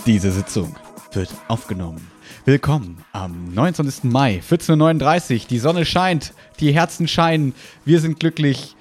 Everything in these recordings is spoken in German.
Diese Sitzung wird aufgenommen. Willkommen am 29. Mai, 14.39 Uhr. Die Sonne scheint, die Herzen scheinen, wir sind glücklich.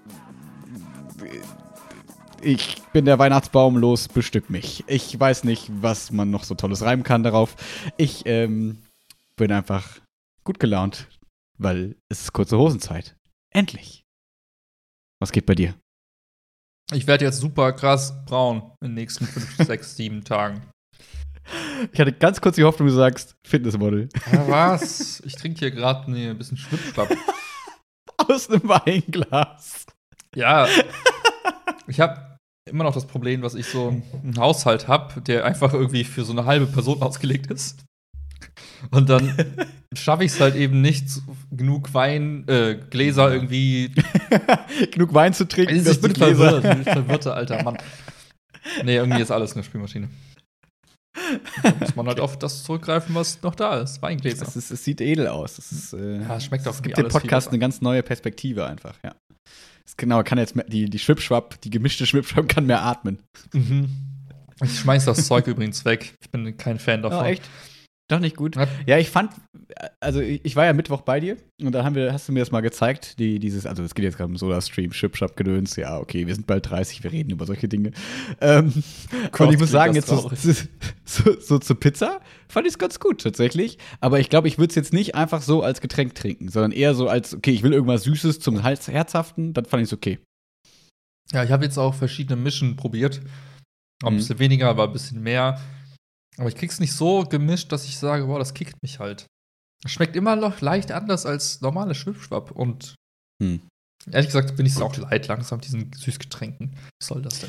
Ich bin der Weihnachtsbaum, los, bestück mich. Ich weiß nicht, was man noch so Tolles reimen kann darauf. Ich bin einfach gut gelaunt, weil es ist kurze Hosenzeit. Endlich. Was geht bei dir? Ich werde jetzt super krass braun in den nächsten 5, 6, 7 Tagen. Ich hatte ganz kurz die Hoffnung, du sagst Fitnessmodel. Ja, was? Ich trinke hier gerade ein bisschen Schwippschwapp. Aus einem Weinglas. Ja, ich habe immer noch das Problem, dass ich so einen Haushalt habe, der einfach irgendwie für so eine halbe Person ausgelegt ist. Und dann schaffe ich es halt eben nicht, genug Gläser irgendwie. Genug Wein zu trinken. Ich bin verwirrt, ich bin verwirrter alter Mann. Nee, irgendwie ist alles eine Spülmaschine. Da muss man halt auf das zurückgreifen, was noch da ist. Weingläser. Es sieht edel aus. Ja, es schmeckt auch. Es gibt dem Podcast eine ganz neue Perspektive einfach, ja. Genau, kann jetzt die Schwippschwapp, die gemischte Schwippschwapp kann mehr atmen. Mhm. Ich schmeiß das Zeug übrigens weg. Ich bin kein Fan davon. Oh, echt? Doch nicht gut. Ja, ich war ja Mittwoch bei dir und da hast du mir das mal gezeigt, also es geht jetzt gerade um Soda-Stream, Schwipschwapp-Gedöns, ja, okay, wir sind bald 30, wir reden über solche Dinge. Und ich muss sagen, jetzt so zur Pizza fand ich es ganz gut tatsächlich, aber ich glaube, ich würde es jetzt nicht einfach so als Getränk trinken, sondern eher so als, okay, ich will irgendwas Süßes zum Herzhaften, dann fand ich es okay. Ja, ich habe jetzt auch verschiedene Mischen probiert. Ein bisschen weniger, aber ein bisschen mehr. Aber ich krieg's nicht so gemischt, dass ich sage, boah, das kickt mich halt. Es schmeckt immer noch leicht anders als normale Schwippschwapp. Und ehrlich gesagt bin ich es auch leid langsam, diesen Süßgetränken. Was soll das denn?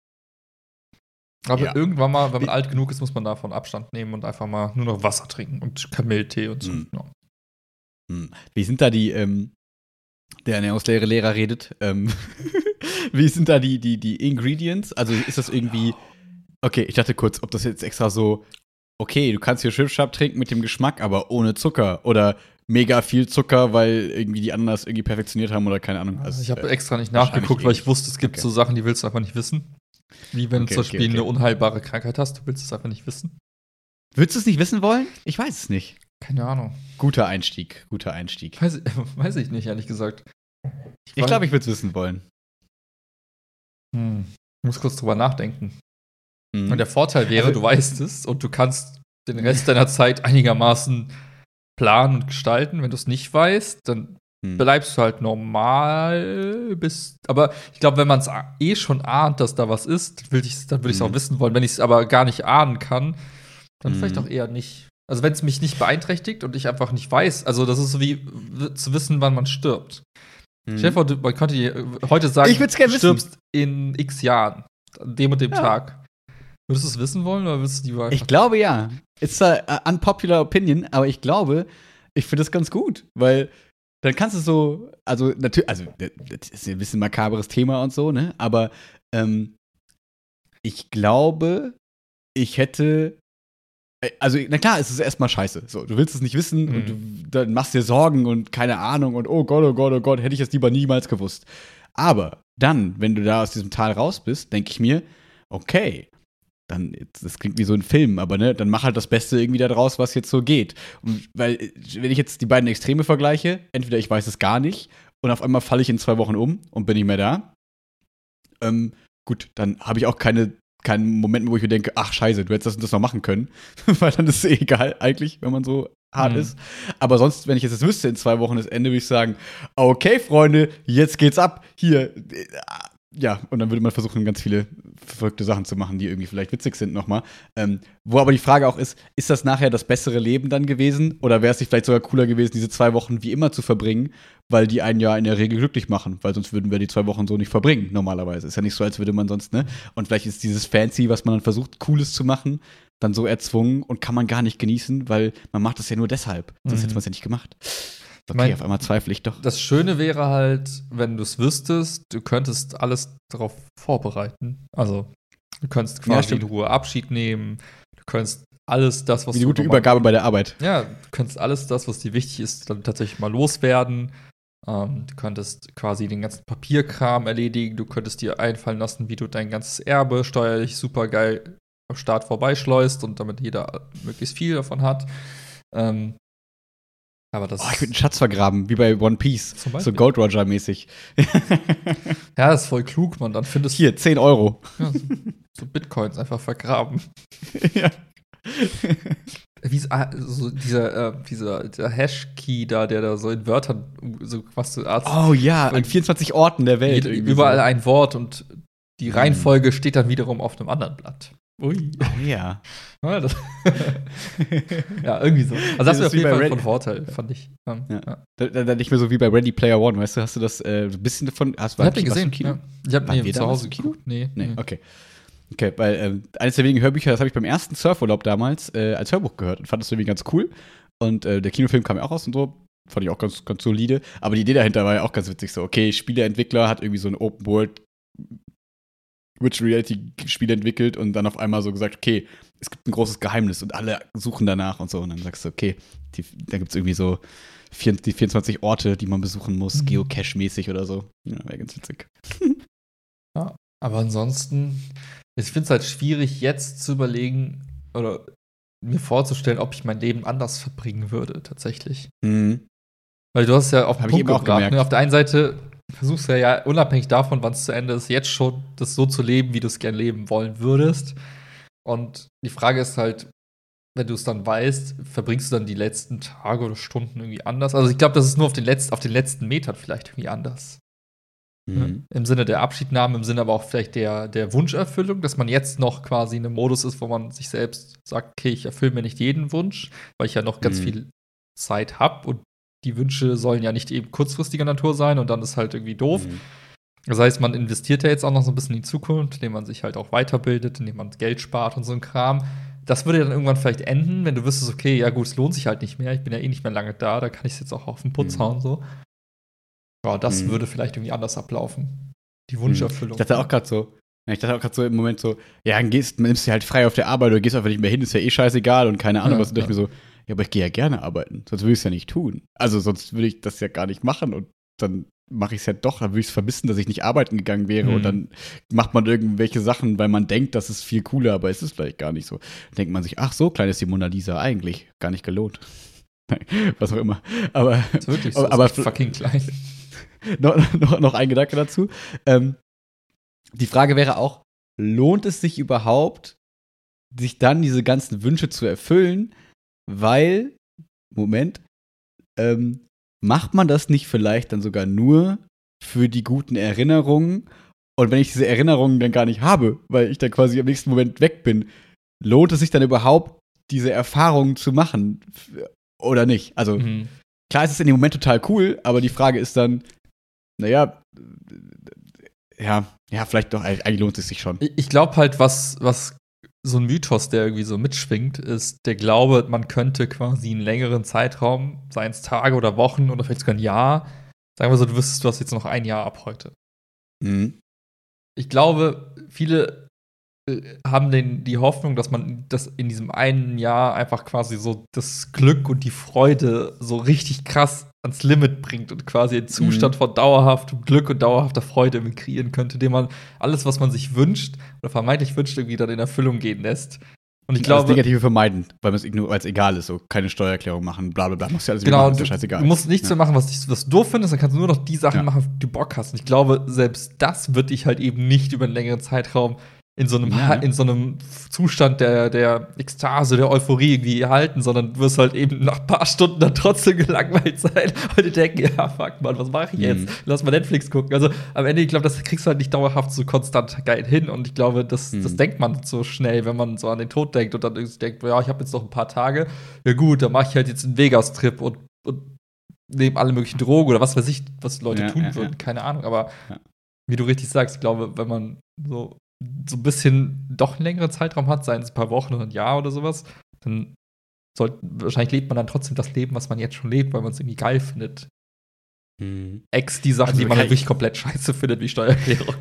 Aber irgendwann mal, wenn man alt genug ist, muss man davon Abstand nehmen und einfach mal nur noch Wasser trinken und Kamilltee und so. Ja. Wie sind da der Ernährungslehrer redet, wie sind da die Ingredients? Also ist das irgendwie. Okay, ich dachte kurz, ob das jetzt extra so, okay, du kannst hier Schwippschwapp trinken mit dem Geschmack, aber ohne Zucker oder mega viel Zucker, weil irgendwie die anderen das irgendwie perfektioniert haben oder keine Ahnung. Also ich habe extra nicht nachgeguckt, weil ich wusste, es gibt so Sachen, die willst du einfach nicht wissen. Wie wenn du zum Beispiel eine unheilbare Krankheit hast, du willst es einfach nicht wissen. Würdest du es nicht wissen wollen? Ich weiß es nicht. Keine Ahnung. Guter Einstieg. Weiß ich nicht, ehrlich gesagt. Ich glaube, ich würde es wissen wollen. Ich muss kurz drüber nachdenken. Und der Vorteil wäre, du weißt es und du kannst den Rest deiner Zeit einigermaßen planen und gestalten. Wenn du es nicht weißt, dann bleibst du halt normal. Aber ich glaube, wenn man es schon ahnt, dass da was ist, dann würde ich es auch wissen wollen. Wenn ich es aber gar nicht ahnen kann, dann vielleicht auch eher nicht. Also wenn es mich nicht beeinträchtigt und ich einfach nicht weiß, also das ist so wie zu wissen, wann man stirbt. Stell dir vor, man könnte dir heute sagen, du stirbst in x Jahren, an dem und dem Tag. Würdest du es wissen wollen oder würdest du lieber? Ich glaube ja. It's a unpopular opinion, aber ich glaube, ich finde das ganz gut, weil dann kannst du so, also natürlich, also das ist ein bisschen makaberes Thema und so, ne? Aber ich glaube, ich hätte, also na klar, es ist erstmal scheiße. So, du willst es nicht wissen und dann machst dir Sorgen und keine Ahnung und oh Gott, hätte ich es lieber niemals gewusst. Aber dann, wenn du da aus diesem Tal raus bist, denke ich mir, okay. Dann, das klingt wie so ein Film, aber ne, dann mach halt das Beste irgendwie da draus, was jetzt so geht. Und weil, wenn ich jetzt die beiden Extreme vergleiche, entweder ich weiß es gar nicht und auf einmal falle ich in 2 Wochen um und bin nicht mehr da. Gut, dann habe ich auch keinen Moment mehr, wo ich mir denke, ach scheiße, du hättest das und das noch machen können. Weil dann ist es egal eigentlich, wenn man so hart ist. Aber sonst, wenn ich jetzt das wüsste, in 2 Wochen das Ende, würde ich sagen, okay, Freunde, jetzt geht's ab. Hier, ja, und dann würde man versuchen, ganz viele verrückte Sachen zu machen, die irgendwie vielleicht witzig sind nochmal. Wo aber die Frage auch ist das nachher das bessere Leben dann gewesen? Oder wäre es nicht vielleicht sogar cooler gewesen, diese 2 Wochen wie immer zu verbringen, weil die einen ja in der Regel glücklich machen? Weil sonst würden wir die 2 Wochen so nicht verbringen, normalerweise. Ist ja nicht so, als würde man sonst, ne? Und vielleicht ist dieses Fancy, was man dann versucht, Cooles zu machen, dann so erzwungen und kann man gar nicht genießen, weil man macht das ja nur deshalb. Sonst hätte man es ja nicht gemacht. Okay, auf einmal zweifle ich doch. Das Schöne wäre halt, wenn du es wüsstest, du könntest alles darauf vorbereiten. Also, du könntest quasi in Ruhe Abschied nehmen. Du könntest alles das, was wie die gute Übergabe bei der Arbeit. Ja, du könntest alles das, was dir wichtig ist, dann tatsächlich mal loswerden. Du könntest quasi den ganzen Papierkram erledigen. Du könntest dir einfallen lassen, wie du dein ganzes Erbe steuerlich super geil am Start vorbeischleust und damit jeder möglichst viel davon hat. Aber das ich würde einen Schatz vergraben, wie bei One Piece. So Gold Roger-mäßig. Ja, das ist voll klug, man. Dann findest hier, 10 Euro. Ja, so Bitcoins einfach vergraben. Ja. Wie so dieser Hash-Key da, der da so in Wörtern so was du Arzt. Oh ja, an 24 Orten der Welt. Überall so ein Wort und die Reihenfolge steht dann wiederum auf einem anderen Blatt. Ui. Oh ja. Ja, irgendwie so. Also das wäre auf jeden Fall von Vorteil, fand ich. Ja. Dann nicht mehr so wie bei Ready Player One, weißt du, hast du das ein bisschen davon? Ich hab den gesehen. Kino? Ja. Ich hab zu Hause geguckt. Nee. Okay. Okay, weil eines der wenigen Hörbücher, das habe ich beim ersten Surfurlaub damals als Hörbuch gehört und fand das irgendwie ganz cool. Und der Kinofilm kam ja auch raus und so. Fand ich auch ganz, ganz solide. Aber die Idee dahinter war ja auch ganz witzig. So, okay, Spieleentwickler hat irgendwie so ein Open World Virtual Reality Spiel entwickelt und dann auf einmal so gesagt, okay, es gibt ein großes Geheimnis und alle suchen danach und so. Und dann sagst du, okay, da gibt es irgendwie so die 24 Orte, die man besuchen muss, Geocache-mäßig oder so. Ja, wäre ganz witzig. Ja, aber ansonsten, ich finde es halt schwierig, jetzt zu überlegen oder mir vorzustellen, ob ich mein Leben anders verbringen würde, tatsächlich. Mhm. Weil du hast ja auf den Punkt gebracht, ne? Auf der einen Seite versuchst du ja unabhängig davon, wann es zu Ende ist, jetzt schon das so zu leben, wie du es gern leben wollen würdest. Und die Frage ist halt, wenn du es dann weißt, verbringst du dann die letzten Tage oder Stunden irgendwie anders? Also ich glaube, das ist nur auf den letzten Metern vielleicht irgendwie anders. Mhm. Im Sinne der Abschiednahme, im Sinne aber auch vielleicht der Wunscherfüllung, dass man jetzt noch quasi in einem Modus ist, wo man sich selbst sagt, okay, ich erfülle mir nicht jeden Wunsch, weil ich ja noch ganz viel Zeit habe und die Wünsche sollen ja nicht eben kurzfristiger Natur sein und dann ist halt irgendwie doof. Das heißt, man investiert ja jetzt auch noch so ein bisschen in die Zukunft, indem man sich halt auch weiterbildet, indem man Geld spart und so ein Kram. Das würde ja dann irgendwann vielleicht enden, wenn du wüsstest, okay, ja gut, es lohnt sich halt nicht mehr, ich bin ja eh nicht mehr lange da kann ich es jetzt auch auf den Putz hauen so. Ja, das würde vielleicht irgendwie anders ablaufen. Die Wunscherfüllung. Ich dachte auch gerade so im Moment so, ja, nimmst du halt frei auf der Arbeit oder gehst einfach nicht mehr hin, ist ja eh scheißegal und keine Ahnung, was. Und dachte ich mir so, ja, aber ich gehe ja gerne arbeiten, sonst würde ich es ja nicht tun. Also sonst würde ich das ja gar nicht machen und dann mache ich es ja doch, dann würde ich es vermissen, dass ich nicht arbeiten gegangen wäre und dann macht man irgendwelche Sachen, weil man denkt, das ist viel cooler, aber es ist vielleicht gar nicht so. Dann denkt man sich, ach, so klein ist die Mona Lisa eigentlich, gar nicht gelohnt. Was auch immer. Aber das ist wirklich so, aber ist fucking klein. noch ein Gedanke dazu. Die Frage wäre auch, lohnt es sich überhaupt, sich dann diese ganzen Wünsche zu erfüllen, weil, macht man das nicht vielleicht dann sogar nur für die guten Erinnerungen? Und wenn ich diese Erinnerungen dann gar nicht habe, weil ich dann quasi im nächsten Moment weg bin, lohnt es sich dann überhaupt, diese Erfahrungen zu machen oder nicht? Also, klar ist es in dem Moment total cool, aber die Frage ist dann, naja, vielleicht doch, eigentlich lohnt es sich schon. Ich glaube halt, was so ein Mythos, der irgendwie so mitschwingt, ist der Glaube, man könnte quasi einen längeren Zeitraum, seien es Tage oder Wochen oder vielleicht sogar ein Jahr, sagen wir so, du hast jetzt noch ein Jahr ab heute. Ich glaube, viele haben die Hoffnung, dass man das in diesem einen Jahr einfach quasi so das Glück und die Freude so richtig krass ans Limit bringt und quasi einen Zustand von dauerhaftem Glück und dauerhafter Freude kreieren könnte, indem man alles, was man sich wünscht oder vermeintlich wünscht, irgendwie dann in Erfüllung gehen lässt. Und ich glaube, das Negative vermeiden, weil es egal ist, so keine Steuererklärung machen, bla bla bla, musst ja alles genau, machen, ist ja scheißegal. Du musst nichts mehr machen, was du doof findest, dann kannst du nur noch die Sachen machen, auf die du Bock hast. Und ich glaube, selbst das wird dich halt eben nicht über einen längeren Zeitraum in so einem Zustand der Ekstase, der Euphorie irgendwie erhalten, sondern du wirst halt eben nach ein paar Stunden dann trotzdem gelangweilt sein und dir denken, ja, fuck, Mann, was mache ich jetzt? Lass mal Netflix gucken. Also am Ende, ich glaube, das kriegst du halt nicht dauerhaft so konstant geil hin und ich glaube, das denkt man so schnell, wenn man so an den Tod denkt und dann denkt, ja, ich habe jetzt noch ein paar Tage, ja gut, dann mache ich halt jetzt einen Vegas-Trip und nehme alle möglichen Drogen oder was weiß ich, was Leute tun würden, keine Ahnung, aber wie du richtig sagst, ich glaube, wenn man so ein bisschen doch einen längeren Zeitraum hat, seien es ein paar Wochen oder ein Jahr oder sowas, dann wahrscheinlich lebt man dann trotzdem das Leben, was man jetzt schon lebt, weil man es irgendwie geil findet. Die Sachen, die man halt wirklich komplett scheiße findet, wie Steuererklärung.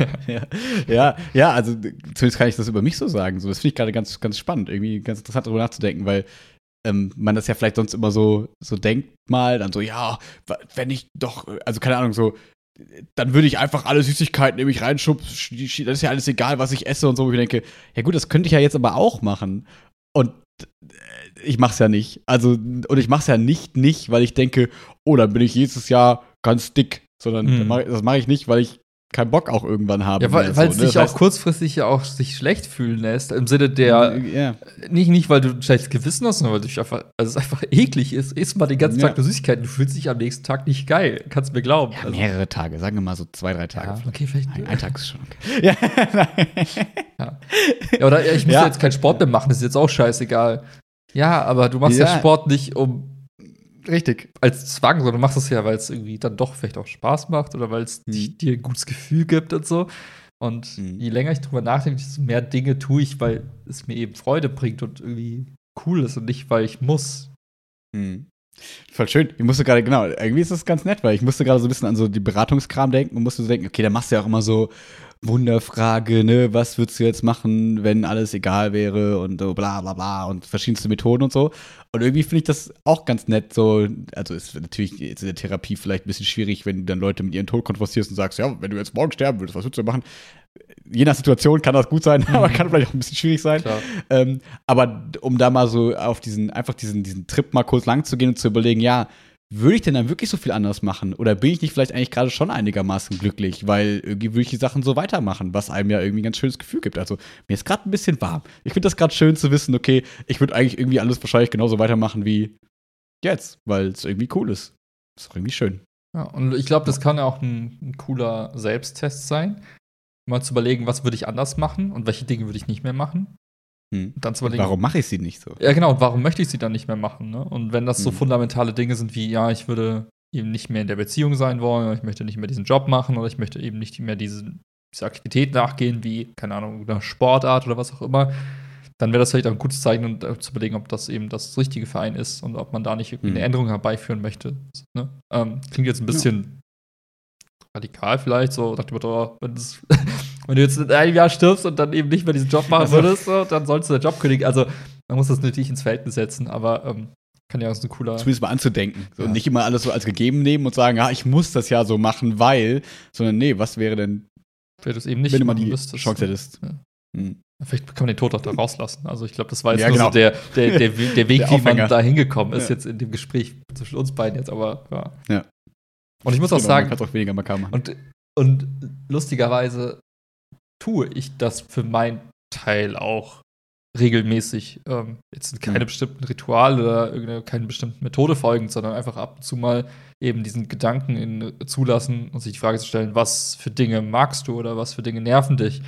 Ja, also zumindest kann ich das über mich so sagen. So, das finde ich gerade ganz, ganz spannend, irgendwie ganz interessant darüber nachzudenken, weil man das ja vielleicht sonst immer so denkt mal, dann so, ja, wenn ich doch, also keine Ahnung, so, dann würde ich einfach alle Süßigkeiten nämlich reinschubsen, das ist ja alles egal, was ich esse und so. Und ich denke, ja gut, das könnte ich ja jetzt aber auch machen. Und ich mach's ja nicht. Also, und ich mach's ja nicht, weil ich denke, oh, dann bin ich nächstes Jahr ganz dick. Sondern das mache ich nicht, weil ich keinen Bock auch irgendwann habe. Ja, weil es dich auch kurzfristig ja auch sich schlecht fühlen lässt. Im Sinne der, nicht, weil du ein schlechtes Gewissen hast, sondern weil es einfach eklig ist. Isst mal den ganzen Tag nur Süßigkeiten, du fühlst dich am nächsten Tag nicht geil. Kannst du mir glauben. Ja, mehrere Tage, sagen wir mal so 2-3 Tage. Ja, okay, vielleicht. Ein Tag ist schon okay. Ja, oder ich muss jetzt keinen Sport mehr machen, das ist jetzt auch scheißegal. Ja, aber du machst ja Sport nicht richtig. Als Zwang, sondern du machst es ja, weil es irgendwie dann doch vielleicht auch Spaß macht oder weil es dir ein gutes Gefühl gibt und so. Und je länger ich drüber nachdenke, desto mehr Dinge tue ich, weil es mir eben Freude bringt und irgendwie cool ist und nicht, weil ich muss. Voll schön. Ich musste gerade, genau, irgendwie ist das ganz nett, weil ich musste gerade so ein bisschen an so die Beratungskram denken und musste so denken, okay, da machst du ja auch immer so Wunderfrage, ne, was würdest du jetzt machen, wenn alles egal wäre und so bla bla bla und verschiedenste Methoden und so. Und irgendwie finde ich das auch ganz nett, so, also ist natürlich jetzt in der Therapie vielleicht ein bisschen schwierig, wenn du dann Leute mit ihrem Tod konfrontierst und sagst, ja, wenn du jetzt morgen sterben würdest, was würdest du machen? Je nach Situation kann das gut sein, aber kann vielleicht auch ein bisschen schwierig sein. Aber um da mal so auf diesen Trip mal kurz lang zu gehen und zu überlegen, ja, würde ich denn dann wirklich so viel anders machen? Oder bin ich nicht vielleicht eigentlich gerade schon einigermaßen glücklich? Weil irgendwie würde ich die Sachen so weitermachen, was einem ja irgendwie ein ganz schönes Gefühl gibt. Also mir ist gerade ein bisschen warm. Ich finde das gerade schön zu wissen, okay, ich würde eigentlich irgendwie alles wahrscheinlich genauso weitermachen wie jetzt, weil es irgendwie cool ist. Ist doch irgendwie schön. Ja, und ich glaube, das kann ja auch ein cooler Selbsttest sein. Mal zu überlegen, was würde ich anders machen und welche Dinge würde ich nicht mehr machen. Dann zu überlegen, warum mache ich sie nicht so? Ja, genau, und warum möchte ich sie dann nicht mehr machen? Ne? Und wenn das so fundamentale Dinge sind wie, ja, ich würde eben nicht mehr in der Beziehung sein wollen, oder ich möchte nicht mehr diesen Job machen, oder ich möchte eben nicht mehr diese Aktivität nachgehen, wie, keine Ahnung, eine Sportart oder was auch immer, dann wäre das vielleicht auch ein gutes Zeichen, und zu überlegen, ob das eben das richtige für einen ist und ob man da nicht irgendwie eine Änderung herbeiführen möchte. Ne? Klingt jetzt ein bisschen radikal vielleicht, so nach dem Motto, wenn du jetzt in einem Jahr stirbst und dann eben nicht mehr diesen Job machen würdest, so, dann sollst du den Job kündigen. Also man muss das natürlich ins Verhältnis setzen, aber kann ja auch so ein cooler. Zumindest mal anzudenken. So, und nicht immer alles so als gegeben nehmen und sagen, ja, ich muss das ja so machen, weil, sondern nee, was wäre denn, wenn du es eben nicht wenn du mal die Chance hättest. Ja. Vielleicht kann man den Tod auch da rauslassen. Also ich glaube, das war jetzt nur so der Weg, wie man da hingekommen ist, jetzt in dem Gespräch zwischen uns beiden jetzt, aber ja. Und ich muss auch sagen, man kann es auch weniger makaber machen. Und lustigerweise tue ich das für meinen Teil auch regelmäßig. Jetzt keine bestimmten Rituale oder keine bestimmten Methode folgend, sondern einfach ab und zu mal eben diesen Gedanken zulassen und sich die Frage zu stellen, was für Dinge magst du oder was für Dinge nerven dich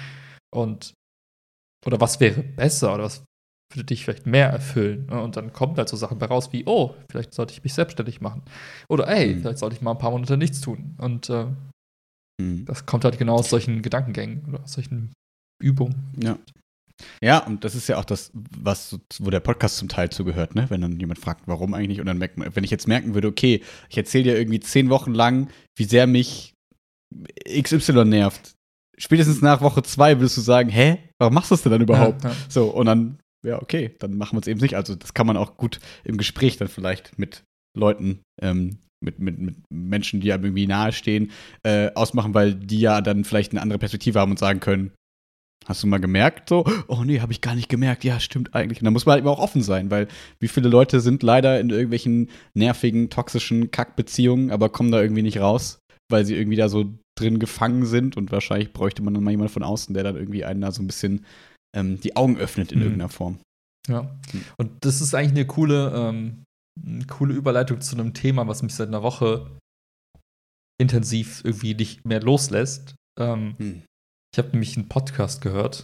oder was wäre besser oder was würde dich vielleicht mehr erfüllen. Und dann kommt halt so Sachen bei raus wie, oh, vielleicht sollte ich mich selbstständig machen. Oder vielleicht sollte ich mal ein paar Monate nichts tun. Und das kommt halt genau aus solchen Gedankengängen oder aus solchen Übungen. Ja. Ja, und das ist ja auch das, wo der Podcast zum Teil zugehört, ne? Wenn dann jemand fragt, warum eigentlich, und dann merkt man, wenn ich jetzt merken würde, okay, ich erzähle dir irgendwie 10 Wochen lang, wie sehr mich XY nervt. Spätestens nach Woche 2 würdest du sagen, hä? Warum machst du das denn dann überhaupt? Ja. So, und dann, ja, okay, dann machen wir es eben nicht. Also das kann man auch gut im Gespräch dann vielleicht mit Leuten, mit Menschen, die einem irgendwie nahestehen, ausmachen, weil die ja dann vielleicht eine andere Perspektive haben und sagen können, hast du mal gemerkt? So, oh nee, habe ich gar nicht gemerkt. Ja, stimmt eigentlich. Und da muss man halt immer auch offen sein, weil wie viele Leute sind leider in irgendwelchen nervigen, toxischen Kackbeziehungen, aber kommen da irgendwie nicht raus, weil sie irgendwie da so drin gefangen sind, und wahrscheinlich bräuchte man dann mal jemanden von außen, der dann irgendwie einen da so ein bisschen die Augen öffnet in irgendeiner Form. Ja, und das ist eigentlich eine coole Überleitung zu einem Thema, was mich seit einer Woche intensiv irgendwie nicht mehr loslässt. Ich habe nämlich einen Podcast gehört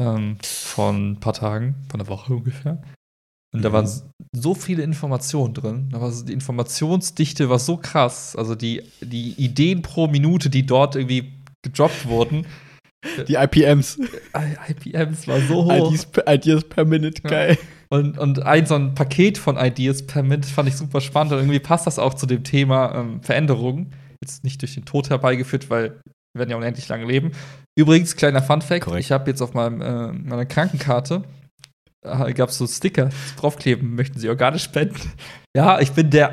von ein paar Tagen, von einer Woche ungefähr. Und da waren so viele Informationen drin. Die Informationsdichte war so krass. Also die Ideen pro Minute, die dort irgendwie gedroppt wurden. Die IPMs. IPMs war so hoch. Ideas per Minute, geil. Und so ein Paket von Ideas per Minute fand ich super spannend. Und irgendwie passt das auch zu dem Thema Veränderungen. Jetzt nicht durch den Tod herbeigeführt, weil wir werden ja unendlich lange leben. Übrigens, kleiner Funfact, ich habe jetzt auf meiner Krankenkarte gab es so Sticker draufkleben, möchten Sie Organe spenden? Ja, ich bin der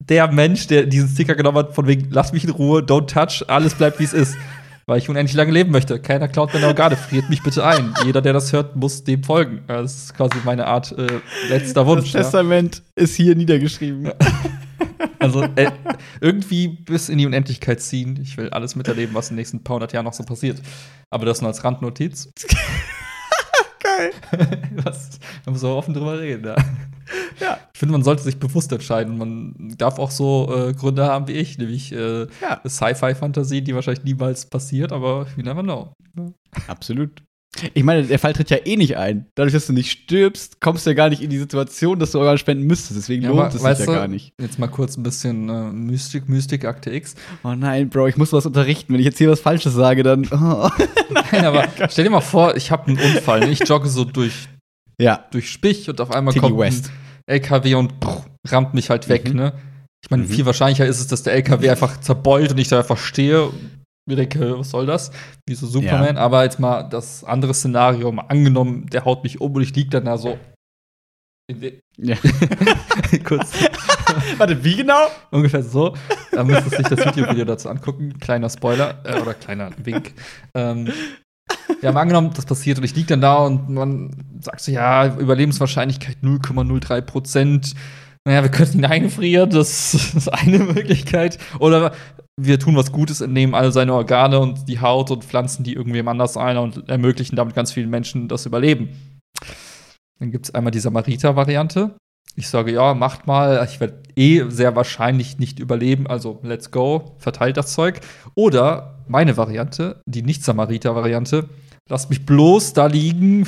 der Mensch, der diesen Sticker genommen hat, von wegen, lass mich in Ruhe, don't touch, alles bleibt, wie es ist. Weil ich unendlich lange leben möchte. Keiner klaut meine Organe, friert mich bitte ein. Jeder, der das hört, muss dem folgen. Das ist quasi meine Art letzter Wunsch. Das Testament ist hier niedergeschrieben. Also irgendwie bis in die Unendlichkeit ziehen. Ich will alles miterleben, was in den nächsten paar hundert Jahren noch so passiert. Aber das nur als Randnotiz. Geil. Man muss auch offen drüber reden, ja. Ja. Ich finde, man sollte sich bewusst entscheiden. Man darf auch so Gründe haben wie ich, nämlich Sci-Fi-Fantasie, die wahrscheinlich niemals passiert, aber you never know. Absolut. Ich meine, der Fall tritt ja eh nicht ein. Dadurch, dass du nicht stirbst, kommst du ja gar nicht in die Situation, dass du Organe spenden müsstest. Deswegen lohnt es sich ja gar nicht. Jetzt mal kurz ein bisschen Mystik, Akte X. Oh nein, Bro, ich muss was unterrichten. Wenn ich jetzt hier was Falsches sage, dann Nein, aber stell dir mal vor, ich habe einen Unfall. Ich jogge so durch Spich und auf einmal kommt ein LKW und rammt mich halt weg, ne? Ich meine, viel wahrscheinlicher ist es, dass der LKW einfach zerbeult und ich da einfach stehe. Mir denke, was soll das? Wie so Superman. Ja. Aber jetzt mal das andere Szenario, mal angenommen, der haut mich um und ich lieg dann da so. Ja. Kurz. Warte, wie genau? Ungefähr so. Da müsstest du sich das Video dazu angucken. Kleiner Spoiler oder kleiner Wink. Ja, mal angenommen, das passiert und ich lieg dann da und man sagt so, ja, Überlebenswahrscheinlichkeit 0,03%. Naja, wir können ihn einfrieren, das ist eine Möglichkeit. Oder wir tun was Gutes, entnehmen alle seine Organe und die Haut und pflanzen die irgendwem anders ein und ermöglichen damit ganz vielen Menschen das Überleben. Dann gibt es einmal die Samariter-Variante. Ich sage, ja, macht mal, ich werde sehr wahrscheinlich nicht überleben, also let's go, verteilt das Zeug. Oder meine Variante, die Nicht-Samariter-Variante, lasst mich bloß da liegen.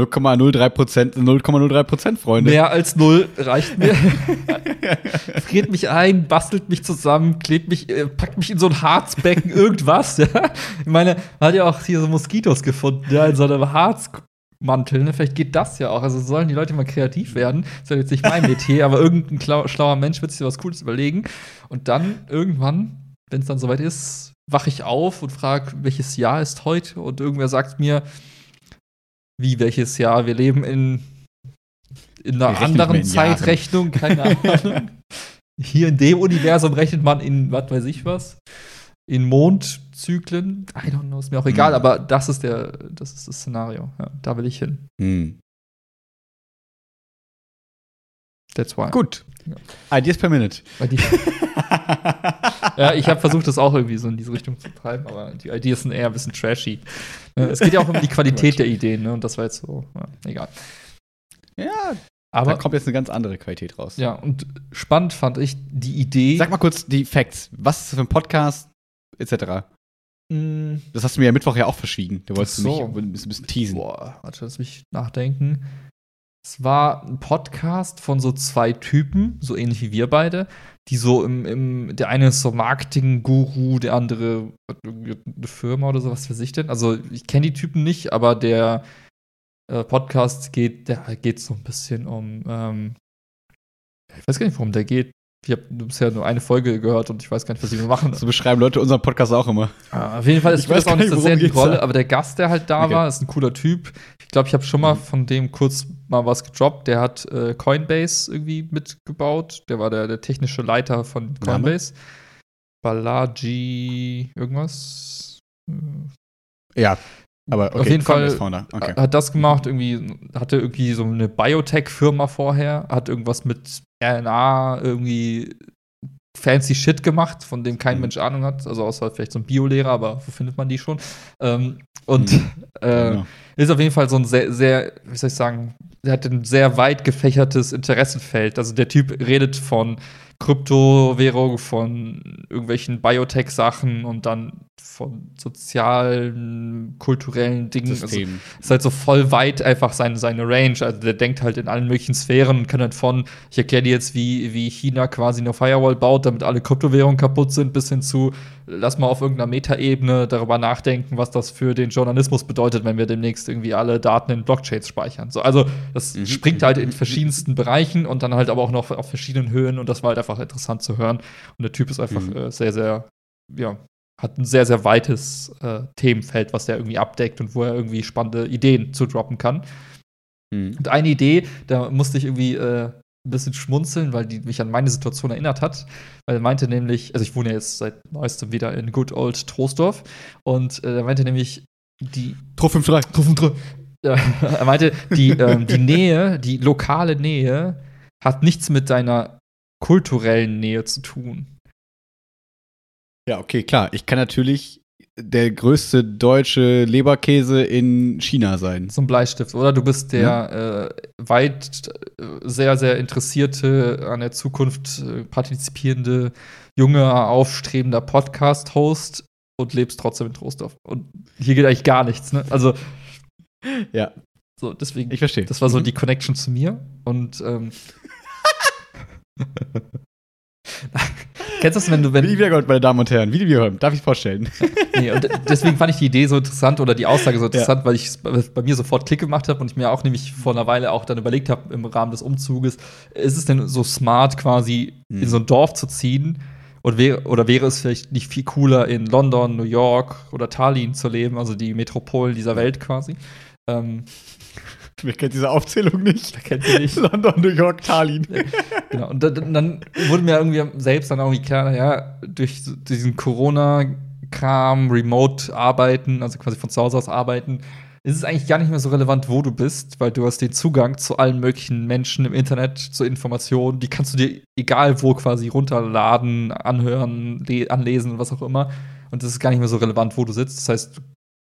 0,03%, Freunde. Mehr als 0 reicht mir. Friert mich ein, bastelt mich zusammen, klebt mich, packt mich in so ein Harzbecken, irgendwas. Ja? Ich meine, man hat ja auch hier so Moskitos gefunden, ja, in so einem Harzmantel. Ne? Vielleicht geht das ja auch. Also sollen die Leute mal kreativ werden. Das ist ja jetzt nicht mein Metier, aber irgendein schlauer Mensch wird sich was Cooles überlegen. Und dann irgendwann, wenn es dann soweit ist, wache ich auf und frage, welches Jahr ist heute? Und irgendwer sagt mir, wie welches Jahr? Wir leben in einer anderen Zeitrechnung, keine Ahnung. Hier in dem Universum rechnet man in, was weiß ich was, in Mondzyklen. I don't know, ist mir auch egal, aber das ist das Szenario. Ja, da will ich hin. That's why. Gut. Ja. Ideas per Minute. Ja, ich habe versucht, das auch irgendwie so in diese Richtung zu treiben, aber die Ideas sind eher ein bisschen trashy. Es geht ja auch um die Qualität der Ideen, ne? Und das war jetzt so, egal. Ja, aber da kommt jetzt eine ganz andere Qualität raus. Ja, und spannend fand ich die Idee. Sag mal kurz die Facts. Was ist das für ein Podcast, etc.? Das hast du mir ja Mittwoch ja auch verschwiegen. Da wolltest du mich ein bisschen teasen. Boah, warte, lass mich nachdenken. Es war ein Podcast von so 2 Typen, so ähnlich wie wir beide, die so der eine ist so Marketing-Guru, der andere hat irgendwie eine Firma oder so, was weiß ich denn. Also ich kenne die Typen nicht, aber der Podcast geht so ein bisschen um, ich weiß gar nicht, worum der geht. Ich habe bisher nur eine Folge gehört und ich weiß gar nicht, was die machen. So beschreiben Leute unseren Podcast auch immer. Auf jeden Fall spielt das auch nicht so sehr die Rolle, aber der Gast, der halt da war, ist ein cooler Typ. Ich glaube, ich habe schon mal von dem kurz mal was gedroppt. Der hat Coinbase irgendwie mitgebaut. Der war der technische Leiter von Coinbase. Balaji irgendwas. Ja. Aber okay, auf jeden Fall okay. Hat das gemacht, hatte irgendwie so eine Biotech-Firma vorher, hat irgendwas mit RNA irgendwie fancy Shit gemacht, von dem kein Mensch Ahnung hat, also außer vielleicht so ein Biolehrer, aber wo findet man die schon? Ist auf jeden Fall so ein sehr, sehr, wie soll ich sagen, der hat ein sehr weit gefächertes Interessenfeld. Also der Typ redet von Kryptowährung, von irgendwelchen Biotech-Sachen und dann von sozialen, kulturellen Dingen. Also, ist halt so voll weit einfach seine Range. Also der denkt halt in allen möglichen Sphären und kann halt ich erkläre dir jetzt, wie China quasi eine Firewall baut, damit alle Kryptowährungen kaputt sind, bis hin zu, lass mal auf irgendeiner Metaebene darüber nachdenken, was das für den Journalismus bedeutet, wenn wir demnächst irgendwie alle Daten in Blockchains speichern. So, also das springt halt in verschiedensten Bereichen und dann halt aber auch noch auf verschiedenen Höhen und das war halt einfach interessant zu hören. Und der Typ ist einfach sehr, sehr, hat ein sehr, sehr weites Themenfeld, was der irgendwie abdeckt und wo er irgendwie spannende Ideen zu droppen kann. Und eine Idee, da musste ich irgendwie ein ein bisschen schmunzeln, weil die mich an meine Situation erinnert hat. Weil er meinte nämlich, also ich wohne ja jetzt seit neuestem wieder in Good Old Troisdorf und er meinte nämlich, Truff 5-3. Ja, er meinte, die Nähe, die lokale Nähe hat nichts mit deiner kulturellen Nähe zu tun. Ja, okay, klar. Ich kann natürlich der größte deutsche Leberkäse in China sein. So ein Bleistift, oder? Du bist der sehr, sehr interessierte, an der Zukunft partizipierende, junger, aufstrebender Podcast-Host und lebst trotzdem in Troisdorf. Und hier geht eigentlich gar nichts, ne? Also ja. So, deswegen. Ich verstehe. Das war so die Connection zu mir. Und kennst du das, wenn Willi Wiedergold, meine Damen und Herren. Willi Wiedergold, darf ich vorstellen? Nee, und deswegen fand ich die Idee so interessant oder die Aussage so interessant, weil ich bei mir sofort Klick gemacht habe und ich mir auch nämlich vor einer Weile auch dann überlegt habe im Rahmen des Umzuges, ist es denn so smart quasi in so ein Dorf zu ziehen? Und wäre es vielleicht nicht viel cooler, in London, New York oder Tallinn zu leben, also die Metropolen dieser Welt quasi? Wer kennt diese Aufzählung nicht? Wer kennt sie nicht? London, New York, Tallinn. Genau. Und dann wurde mir irgendwie selbst dann irgendwie klar, ja, durch diesen Corona-Kram, Remote-Arbeiten, also quasi von zu Hause aus arbeiten, ist es eigentlich gar nicht mehr so relevant, wo du bist, weil du hast den Zugang zu allen möglichen Menschen im Internet, zu Informationen, die kannst du dir egal wo quasi runterladen, anhören, anlesen und was auch immer. Und es ist gar nicht mehr so relevant, wo du sitzt. Das heißt,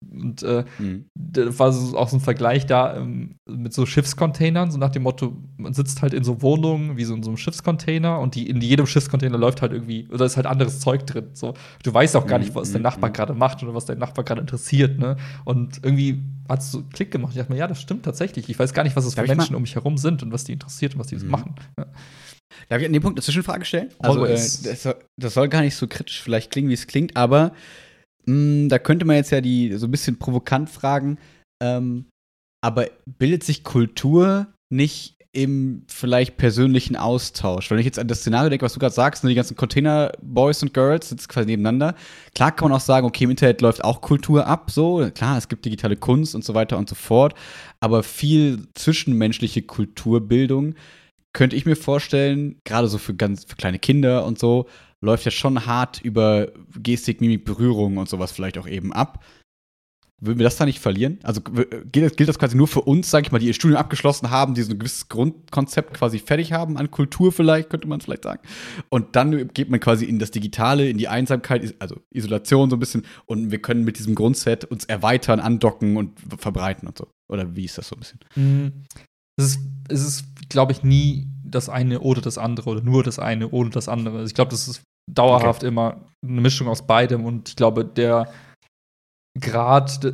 da war so auch so ein Vergleich da mit so Schiffscontainern, so nach dem Motto, man sitzt halt in so Wohnungen wie so in so einem Schiffscontainer und in jedem Schiffscontainer läuft halt irgendwie, oder ist halt anderes Zeug drin. So. Du weißt auch gar nicht, was dein Nachbar gerade macht oder was dein Nachbar gerade interessiert, ne? Und irgendwie hat es so Klick gemacht. Ich dachte mir, ja, das stimmt tatsächlich. Ich weiß gar nicht, was es für Menschen um mich herum sind und was die interessiert und was die so machen. Ja. Darf ich an dem Punkt eine Zwischenfrage stellen? Also, das soll gar nicht so kritisch vielleicht klingen, wie es klingt, aber da könnte man jetzt ja so ein bisschen provokant fragen, aber bildet sich Kultur nicht im vielleicht persönlichen Austausch? Wenn ich jetzt an das Szenario denke, was du gerade sagst, die ganzen Container-Boys und Girls sitzen quasi nebeneinander. Klar kann man auch sagen, okay, im Internet läuft auch Kultur ab, so. Klar, es gibt digitale Kunst und so weiter und so fort, aber viel zwischenmenschliche Kulturbildung könnte ich mir vorstellen, gerade so für kleine Kinder und so, läuft ja schon hart über Gestik, Mimik, Berührung und sowas vielleicht auch eben ab. Würden wir das da nicht verlieren? Also gilt das quasi nur für uns, sag ich mal, die ihr Studium abgeschlossen haben, die so ein gewisses Grundkonzept quasi fertig haben an Kultur vielleicht, könnte man vielleicht sagen. Und dann geht man quasi in das Digitale, in die Einsamkeit, also Isolation so ein bisschen und wir können mit diesem Grundset uns erweitern, andocken und verbreiten und so. Oder wie ist das so ein bisschen? Es ist, glaube ich, nie das eine oder das andere oder nur das eine oder das andere. Also ich glaube, das ist dauerhaft immer eine Mischung aus beidem und ich glaube, der Grad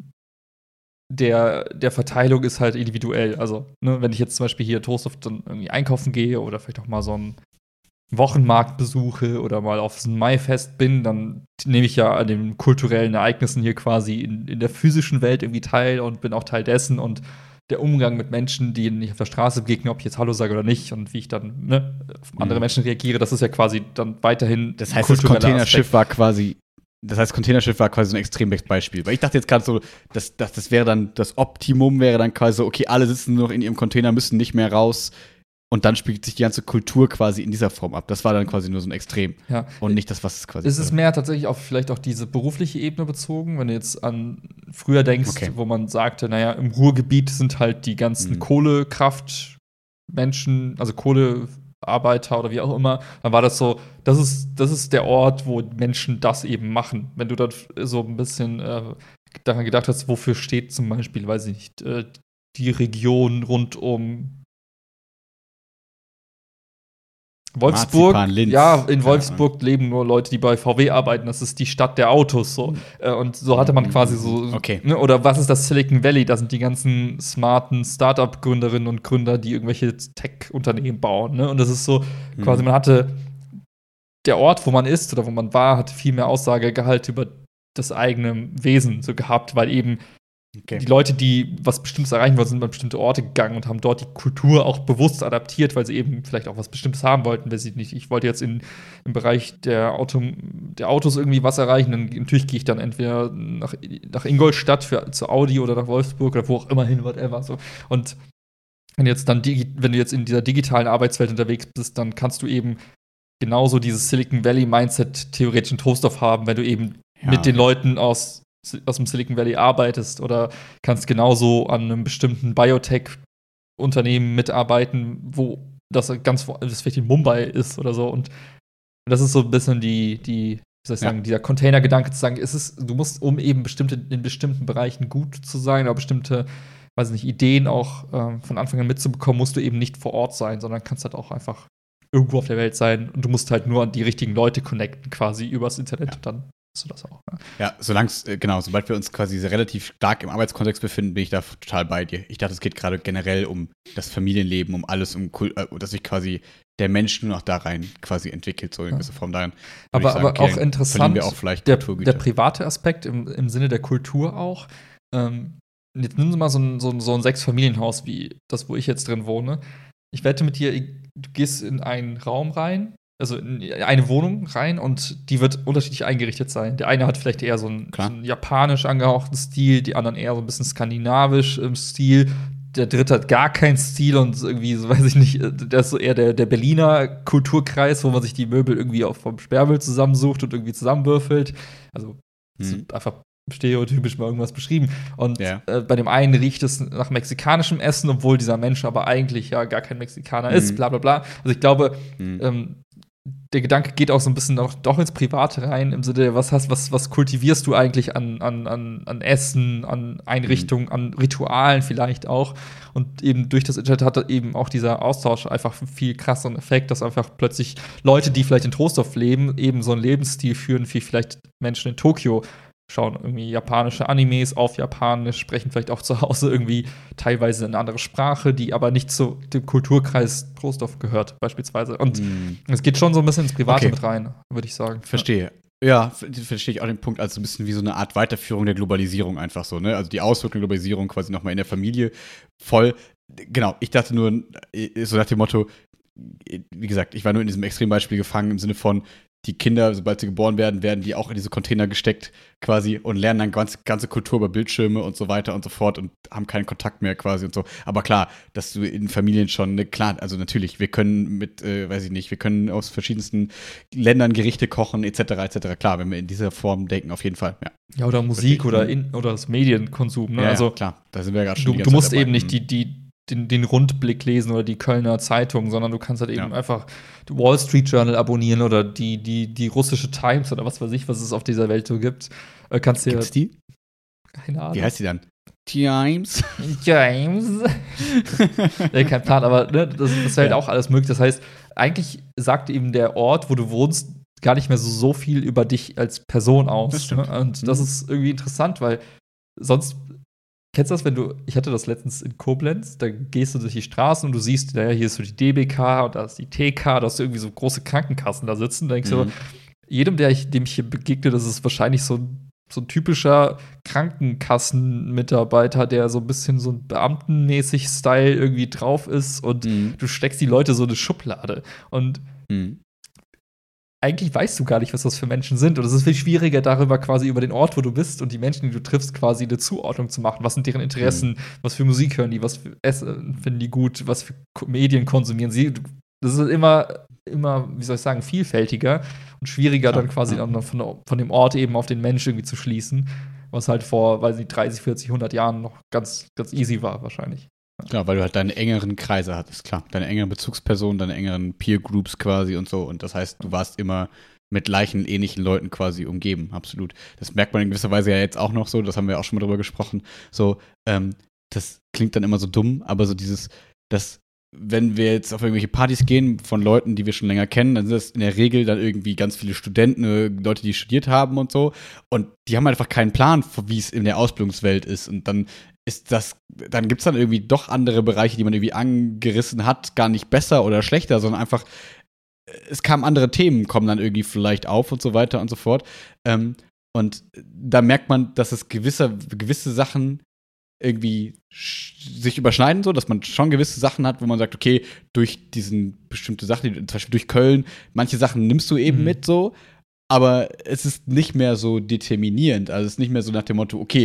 der Verteilung ist halt individuell. Also, ne, wenn ich jetzt zum Beispiel hier in Troisdorf dann irgendwie einkaufen gehe oder vielleicht auch mal so einen Wochenmarkt besuche oder mal auf so ein Maifest bin, dann nehme ich ja an den kulturellen Ereignissen hier quasi in der physischen Welt irgendwie teil und bin auch Teil dessen und der Umgang mit Menschen, die ich auf der Straße begegne, ob ich jetzt Hallo sage oder nicht und wie ich dann auf andere Menschen reagiere, das ist ja quasi dann weiterhin das heißt, Containerschiff war quasi so ein Extrembeispiel. Weil ich dachte jetzt gerade so, das wäre dann, das Optimum wäre dann quasi so, okay, alle sitzen nur noch in ihrem Container, müssen nicht mehr raus und dann spielt sich die ganze Kultur quasi in dieser Form ab. Das war dann quasi nur so ein Extrem. Ja. Und nicht das, was es quasi ist. Es ist mehr tatsächlich auf vielleicht auch diese berufliche Ebene bezogen, wenn du jetzt an früher denkst, wo man sagte, naja, im Ruhrgebiet sind halt die ganzen Kohlekraftmenschen, also Kohlearbeiter oder wie auch immer, dann war das so, das ist der Ort, wo Menschen das eben machen. Wenn du dann so ein bisschen daran gedacht hast, wofür steht zum Beispiel, weiß ich nicht, die Region rund um Wolfsburg, ja, in Wolfsburg leben nur Leute, die bei VW arbeiten. Das ist die Stadt der Autos. So. Und so hatte man quasi so. Okay. Ne, oder was ist das Silicon Valley? Da sind die ganzen smarten Startup-Gründerinnen und Gründer, die irgendwelche Tech-Unternehmen bauen. Ne? Und das ist so, quasi, man hatte der Ort, wo man ist oder wo man war, hat viel mehr Aussagegehalt über das eigene Wesen so gehabt, weil eben die Leute, die was Bestimmtes erreichen wollten, sind an bestimmte Orte gegangen und haben dort die Kultur auch bewusst adaptiert, weil sie eben vielleicht auch was Bestimmtes haben wollten. Weiß ich nicht, ich wollte jetzt im Bereich der Autos irgendwie was erreichen, dann natürlich gehe ich dann entweder nach Ingolstadt zur Audi oder nach Wolfsburg oder wo auch immer hin, whatever. So. Und wenn du jetzt in dieser digitalen Arbeitswelt unterwegs bist, dann kannst du eben genauso dieses Silicon Valley Mindset theoretisch in Trostorf haben, wenn du eben mit den Leuten aus dem Silicon Valley arbeitest, oder kannst genauso an einem bestimmten Biotech-Unternehmen mitarbeiten, wo das vielleicht in Mumbai ist oder so. Und das ist so ein bisschen wie soll ich sagen, dieser Container-Gedanke zu sagen, du musst, um eben in bestimmten Bereichen gut zu sein, oder bestimmte, weiß nicht, Ideen auch von Anfang an mitzubekommen, musst du eben nicht vor Ort sein, sondern kannst halt auch einfach irgendwo auf der Welt sein, und du musst halt nur an die richtigen Leute connecten, quasi übers Internet, dann hast du das auch. Ne? Ja, sobald wir uns quasi relativ stark im Arbeitskontext befinden, bin ich da total bei dir. Ich dachte, es geht gerade generell um das Familienleben, um alles, dass sich quasi der Mensch nur noch da rein quasi entwickelt, so in gewisser Form darin. Aber auch interessant, wir auch vielleicht der private Aspekt im Sinne der Kultur auch. Jetzt nimm mal so ein 6-Familienhaus wie das, wo ich jetzt drin wohne. Ich wette mit dir, du gehst in einen Raum rein, also in eine Wohnung rein, und die wird unterschiedlich eingerichtet sein. Der eine hat vielleicht eher so einen japanisch angehauchten Stil, die anderen eher so ein bisschen skandinavisch im Stil. Der dritte hat gar keinen Stil und irgendwie, so weiß ich nicht, das ist so eher der Berliner Kulturkreis, wo man sich die Möbel irgendwie auch vom Sperrmüll zusammensucht und irgendwie zusammenwürfelt. Also einfach stereotypisch mal irgendwas beschrieben. Und bei dem einen riecht es nach mexikanischem Essen, obwohl dieser Mensch aber eigentlich ja gar kein Mexikaner ist, bla bla bla. Also ich glaube, der Gedanke geht auch so ein bisschen doch ins Private rein, im Sinne, was kultivierst du eigentlich an Essen, an Einrichtungen, an Ritualen vielleicht auch. Und eben durch das Internet hat eben auch dieser Austausch einfach viel krasseren Effekt, dass einfach plötzlich Leute, die vielleicht in Trostorf leben, eben so einen Lebensstil führen, wie vielleicht Menschen in Tokio, schauen irgendwie japanische Animes auf Japanisch, sprechen vielleicht auch zu Hause irgendwie teilweise eine andere Sprache, die aber nicht zu dem Kulturkreis Trostorf gehört, beispielsweise. Und es geht schon so ein bisschen ins Private mit rein, würde ich sagen. Verstehe. Ja, verstehe ich auch den Punkt als so ein bisschen wie so eine Art Weiterführung der Globalisierung einfach so, ne? Also die Auswirkung der Globalisierung quasi nochmal in der Familie voll. Genau, ich dachte nur, so nach dem Motto, wie gesagt, ich war nur in diesem Extrembeispiel gefangen im Sinne von, die Kinder, sobald sie geboren werden die auch in diese Container gesteckt quasi und lernen dann ganze Kultur über Bildschirme und so weiter und so fort und haben keinen Kontakt mehr quasi und so. Aber klar, dass du in Familien schon, klar, also natürlich, wir können wir können aus verschiedensten Ländern Gerichte kochen etc. Klar, wenn wir in dieser Form denken, auf jeden Fall, ja. Ja, oder Musik oder das Medienkonsum, ne? Ja, also klar, da sind wir ja gerade schon du musst eben nicht den Rundblick lesen oder die Kölner Zeitung, sondern du kannst halt eben einfach die Wall Street Journal abonnieren oder die russische Times oder was weiß ich, was es auf dieser Welt so gibt. Gibt's die? Keine Ahnung. Wie heißt die dann? Times? Kein Plan, aber ne, das ist halt auch alles möglich. Das heißt, eigentlich sagt eben der Ort, wo du wohnst, gar nicht mehr so viel über dich als Person aus. Das stimmt. Ne? Und das ist irgendwie interessant, weil sonst kennst du das, ich hatte das letztens in Koblenz, da gehst du durch die Straßen und du siehst, naja, hier ist so die DBK und da ist die TK, da hast du irgendwie so große Krankenkassen da sitzen. Da denkst du, jedem, dem ich hier begegne, das ist wahrscheinlich so ein typischer Krankenkassenmitarbeiter, der so ein bisschen so ein beamtenmäßig Style irgendwie drauf ist, und du steckst die Leute so in eine Schublade. Und eigentlich weißt du gar nicht, was das für Menschen sind. Und es ist viel schwieriger, darüber quasi über den Ort, wo du bist und die Menschen, die du triffst, quasi eine Zuordnung zu machen. Was sind deren Interessen? Was für Musik hören die? Was für Essen finden die gut? Was für Medien konsumieren sie? Das ist immer, wie soll ich sagen, vielfältiger und schwieriger, dann quasi von dem Ort eben auf den Menschen irgendwie zu schließen. Was halt vor, weiß nicht, 30, 40, 100 Jahren noch ganz, ganz easy war, wahrscheinlich. Klar, weil du halt deine engeren Kreise hattest, klar. Deine engeren Bezugspersonen, deine engeren Peer-Groups quasi und so. Und das heißt, du warst immer mit gleichen, ähnlichen Leuten quasi umgeben, absolut. Das merkt man in gewisser Weise ja jetzt auch noch so, das haben wir auch schon mal drüber gesprochen. So, das klingt dann immer so dumm, aber so wenn wir jetzt auf irgendwelche Partys gehen von Leuten, die wir schon länger kennen, dann sind das in der Regel dann irgendwie ganz viele Studenten, Leute, die studiert haben und so. Und die haben einfach keinen Plan, wie es in der Ausbildungswelt ist. Und dann gibt es dann irgendwie doch andere Bereiche, die man irgendwie angerissen hat, gar nicht besser oder schlechter, sondern einfach, es kamen andere Themen, kommen dann irgendwie vielleicht auf und so weiter und so fort. Und da merkt man, dass es gewisse Sachen irgendwie sich überschneiden, so, dass man schon gewisse Sachen hat, wo man sagt, okay, durch bestimmte Sachen, zum Beispiel durch Köln, manche Sachen nimmst du eben mit so, aber es ist nicht mehr so determinierend. Also es ist nicht mehr so nach dem Motto, okay,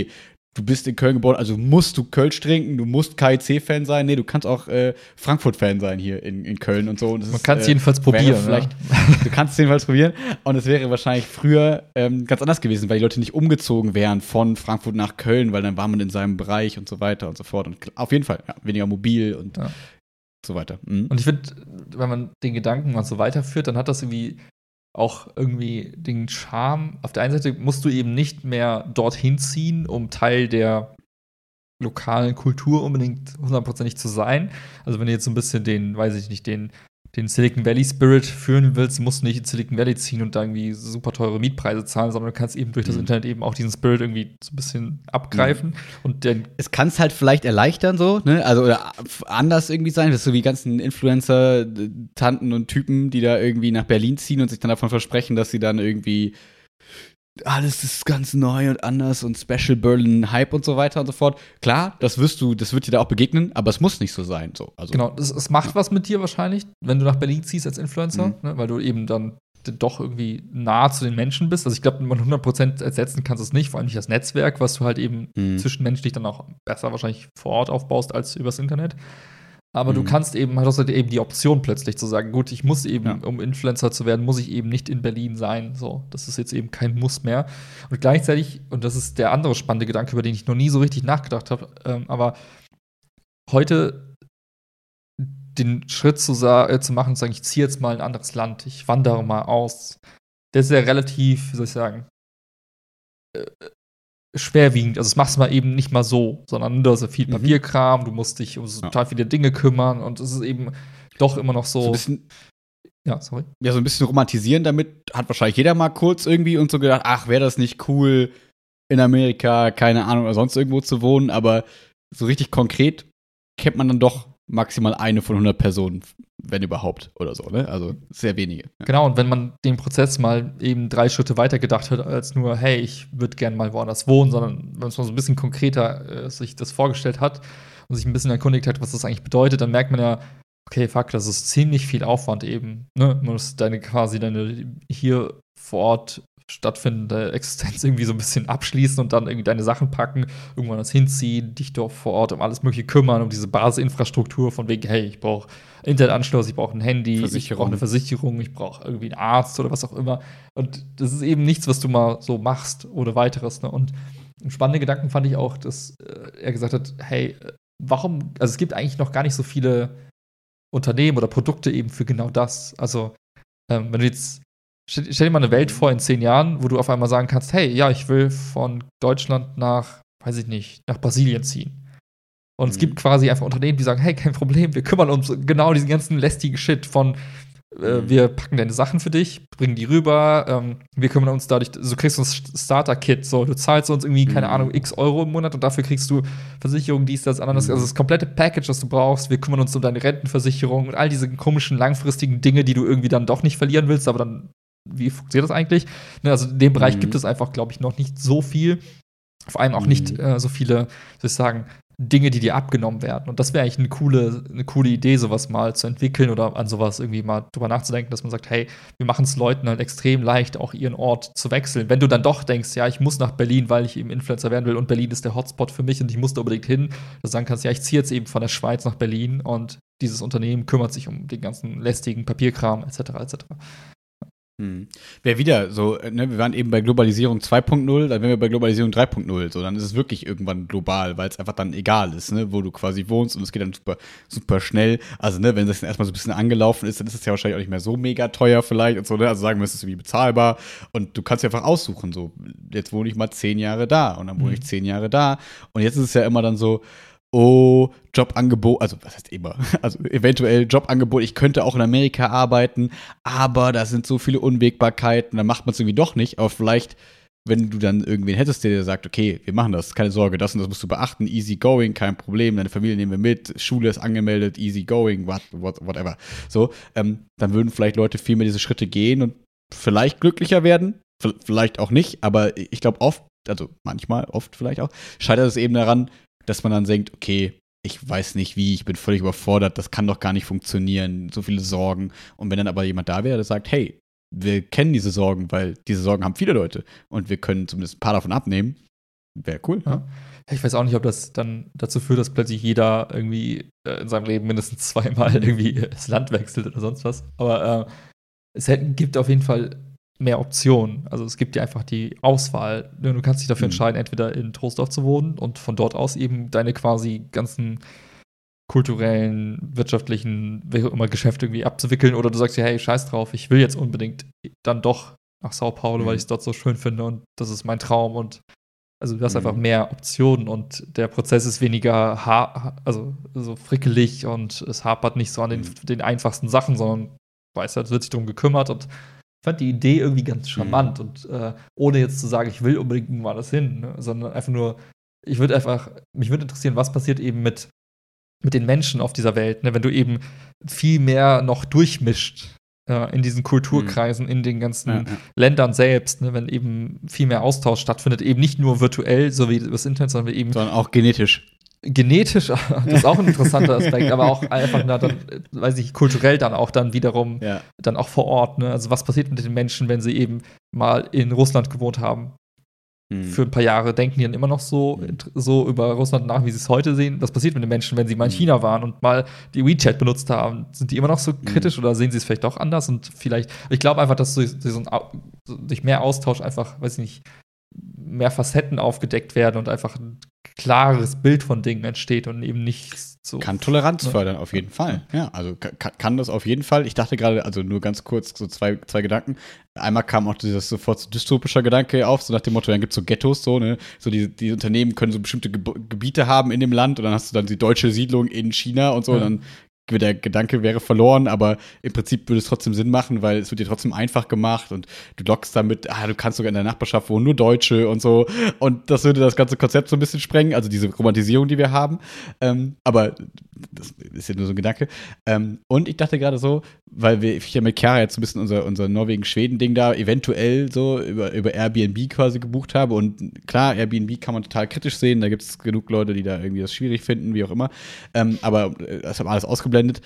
du bist in Köln geboren, also musst du Kölsch trinken, du musst KIC-Fan sein. Nee, du kannst auch Frankfurt-Fan sein hier in Köln und so. Und man kann es jedenfalls probieren. Vielleicht, du kannst es jedenfalls probieren. Und es wäre wahrscheinlich früher ganz anders gewesen, weil die Leute nicht umgezogen wären von Frankfurt nach Köln, weil dann war man in seinem Bereich und so weiter und so fort. Und auf jeden Fall, ja, weniger mobil und so weiter. Mhm. Und ich finde, wenn man den Gedanken mal so weiterführt, dann hat das irgendwie auch irgendwie den Charme. Auf der einen Seite musst du eben nicht mehr dorthin ziehen, um Teil der lokalen Kultur unbedingt hundertprozentig zu sein. Also wenn du jetzt so ein bisschen den Silicon Valley Spirit führen willst, musst du nicht in Silicon Valley ziehen und da irgendwie super teure Mietpreise zahlen, sondern du kannst eben durch das Internet eben auch diesen Spirit irgendwie so ein bisschen abgreifen. Und es kann es halt vielleicht erleichtern so, ne? Also oder anders irgendwie sein, das ist so wie ganzen Influencer, Tanten und Typen, die da irgendwie nach Berlin ziehen und sich dann davon versprechen, dass sie dann irgendwie alles ist ganz neu und anders und Special Berlin Hype und so weiter und so fort. Klar, das wird dir da auch begegnen, aber es muss nicht so sein. So. Also, genau, es macht was mit dir wahrscheinlich, wenn du nach Berlin ziehst als Influencer, ne, weil du eben dann doch irgendwie nah zu den Menschen bist. Also ich glaube, man 100% ersetzen kannst du es nicht, vor allem nicht das Netzwerk, was du halt eben zwischenmenschlich dann auch besser wahrscheinlich vor Ort aufbaust als übers Internet. Aber du kannst eben, hast halt eben die Option plötzlich zu sagen, gut, ich muss eben, um Influencer zu werden, muss ich eben nicht in Berlin sein. So, das ist jetzt eben kein Muss mehr. Und gleichzeitig, und das ist der andere spannende Gedanke, über den ich noch nie so richtig nachgedacht habe, aber heute den Schritt zu machen und sagen, ich ziehe jetzt mal in ein anderes Land, ich wandere mal aus, der ist ja relativ, wie soll ich sagen, schwerwiegend. Also, das machst du mal eben nicht mal so, sondern da ist ja viel Papierkram, du musst dich um total viele Dinge kümmern und es ist eben doch immer noch so. So ein bisschen, so ein bisschen romantisieren damit hat wahrscheinlich jeder mal kurz irgendwie und so gedacht, ach, wäre das nicht cool, in Amerika, keine Ahnung, oder sonst irgendwo zu wohnen, aber so richtig konkret kennt man dann doch maximal eine von 100 Personen, wenn überhaupt, oder so, ne? Also sehr wenige. Ja. Genau, und wenn man den Prozess mal eben 3 Schritte weiter gedacht hat, als nur, hey, ich würde gerne mal woanders wohnen, sondern wenn man es mal so ein bisschen konkreter sich das vorgestellt hat und sich ein bisschen erkundigt hat, was das eigentlich bedeutet, dann merkt man ja, okay, fuck, das ist ziemlich viel Aufwand eben, ne? Man muss deine hier vor Ort stattfindende Existenz irgendwie so ein bisschen abschließen und dann irgendwie deine Sachen packen, irgendwann das hinziehen, dich dort vor Ort um alles Mögliche kümmern, um diese Basisinfrastruktur von wegen, hey, ich brauche Internetanschluss, ich brauche ein Handy, ich brauche eine Versicherung, ich brauche irgendwie einen Arzt oder was auch immer. Und das ist eben nichts, was du mal so machst oder weiteres. Ne? Und spannende Gedanken fand ich auch, dass er gesagt hat, hey, warum, also es gibt eigentlich noch gar nicht so viele Unternehmen oder Produkte eben für genau das. Also wenn du jetzt stell dir mal eine Welt vor in 10 Jahren, wo du auf einmal sagen kannst, hey, ja, ich will von Deutschland nach, weiß ich nicht, nach Brasilien ziehen. Und es gibt quasi einfach Unternehmen, die sagen, hey, kein Problem, wir kümmern uns genau diesen ganzen lästigen Shit von wir packen deine Sachen für dich, bringen die rüber, wir kümmern uns dadurch, du kriegst uns Starter-Kit, so, du zahlst uns irgendwie, keine Ahnung, x Euro im Monat und dafür kriegst du Versicherung, dies, das, anderes, also das komplette Package, das du brauchst, wir kümmern uns um deine Rentenversicherung und all diese komischen, langfristigen Dinge, die du irgendwie dann doch nicht verlieren willst, aber dann wie funktioniert das eigentlich? Ne, also in dem Bereich gibt es einfach, glaube ich, noch nicht so viel. Vor allem auch nicht so viele, soll ich sagen, Dinge, die dir abgenommen werden. Und das wäre eigentlich eine coole Idee, sowas mal zu entwickeln oder an sowas irgendwie mal drüber nachzudenken, dass man sagt, hey, wir machen es Leuten halt extrem leicht, auch ihren Ort zu wechseln. Wenn du dann doch denkst, ja, ich muss nach Berlin, weil ich eben Influencer werden will und Berlin ist der Hotspot für mich und ich muss da unbedingt hin, dass du sagen kannst, ja, ich ziehe jetzt eben von der Schweiz nach Berlin und dieses Unternehmen kümmert sich um den ganzen lästigen Papierkram etc. etc. Wäre wieder so, ne, wir waren eben bei Globalisierung 2.0, dann wären wir bei Globalisierung 3.0, so, dann ist es wirklich irgendwann global, weil es einfach dann egal ist, ne, wo du quasi wohnst und es geht dann super, super schnell, also, ne, wenn das dann erstmal so ein bisschen angelaufen ist, dann ist es ja wahrscheinlich auch nicht mehr so mega teuer vielleicht und so, ne, also sagen wir, es ist irgendwie bezahlbar und du kannst ja einfach aussuchen, so, jetzt wohne ich mal 10 Jahre da und dann wohne ich 10 Jahre da und jetzt ist es ja immer dann so, oh, Jobangebot, also was heißt immer, also eventuell Jobangebot, ich könnte auch in Amerika arbeiten, aber da sind so viele Unwägbarkeiten, dann macht man es irgendwie doch nicht, aber vielleicht, wenn du dann irgendwen hättest, der dir sagt, okay, wir machen das, keine Sorge, das und das musst du beachten, easy going, kein Problem, deine Familie nehmen wir mit, Schule ist angemeldet, easy going, whatever, so, dann würden vielleicht Leute viel mehr diese Schritte gehen und vielleicht glücklicher werden, vielleicht auch nicht, aber ich glaube oft, also manchmal, oft vielleicht auch, scheitert es eben daran, dass man dann denkt, okay, ich weiß nicht wie, ich bin völlig überfordert, das kann doch gar nicht funktionieren, so viele Sorgen. Und wenn dann aber jemand da wäre, der sagt, hey, wir kennen diese Sorgen, weil diese Sorgen haben viele Leute und wir können zumindest ein paar davon abnehmen, wäre cool. Ja. ich weiß auch nicht, ob das dann dazu führt, dass plötzlich jeder irgendwie in seinem Leben mindestens zweimal irgendwie das Land wechselt oder sonst was. Aber es gibt auf jeden Fall mehr Optionen. Also es gibt dir einfach die Auswahl. Du kannst dich dafür entscheiden, entweder in Troisdorf zu wohnen und von dort aus eben deine quasi ganzen kulturellen, wirtschaftlichen, wie auch immer Geschäfte irgendwie abzuwickeln. Oder du sagst dir, hey, scheiß drauf, ich will jetzt unbedingt dann doch nach Sao Paulo, weil ich es dort so schön finde und das ist mein Traum. Und also du hast einfach mehr Optionen und der Prozess ist weniger also so frickelig und es hapert nicht so an den einfachsten Sachen, sondern weiß halt, es wird sich darum gekümmert und ich fand die Idee irgendwie ganz charmant und ohne jetzt zu sagen, ich will unbedingt mal das hin, ne, sondern einfach nur, mich würde interessieren, was passiert eben mit den Menschen auf dieser Welt, ne, wenn du eben viel mehr noch durchmischt in diesen Kulturkreisen, in den ganzen Ländern selbst, ne, wenn eben viel mehr Austausch stattfindet, eben nicht nur virtuell, so wie das Internet, sondern auch genetisch. Genetisch, das ist auch ein interessanter Aspekt, aber auch einfach, dann, weiß ich, kulturell dann auch dann wiederum dann auch vor Ort. Ne? Also was passiert mit den Menschen, wenn sie eben mal in Russland gewohnt haben? Für ein paar Jahre denken die dann immer noch so über Russland nach, wie sie es heute sehen. Was passiert mit den Menschen, wenn sie mal in China waren und mal die WeChat benutzt haben? Sind die immer noch so kritisch oder sehen sie es vielleicht doch anders? Und vielleicht, ich glaube einfach, dass durch mehr Austausch einfach, weiß ich nicht, mehr Facetten aufgedeckt werden und einfach ein klares Bild von Dingen entsteht und eben nicht so. Kann Toleranz fördern, auf jeden Fall. Ja, also kann das auf jeden Fall. Ich dachte gerade, also nur ganz kurz, so zwei Gedanken. Einmal kam auch dieses sofort so dystopischer Gedanke auf, so nach dem Motto, dann gibt es so Ghettos, so, ne? So die Unternehmen können so bestimmte Gebiete haben in dem Land und dann hast du dann die deutsche Siedlung in China und so, und dann der Gedanke wäre verloren, aber im Prinzip würde es trotzdem Sinn machen, weil es wird dir trotzdem einfach gemacht und du lockst damit, du kannst sogar in der Nachbarschaft wohnen, nur Deutsche und so, und das würde das ganze Konzept so ein bisschen sprengen, also diese Romantisierung, die wir haben, aber das ist ja nur so ein Gedanke. Und ich dachte gerade so, weil ich ja mit Chiara jetzt so ein bisschen unser Norwegen-Schweden-Ding da eventuell so über Airbnb quasi gebucht habe, und klar, Airbnb kann man total kritisch sehen, da gibt es genug Leute, die da irgendwie das schwierig finden, wie auch immer, aber das haben alles ausgeblendet.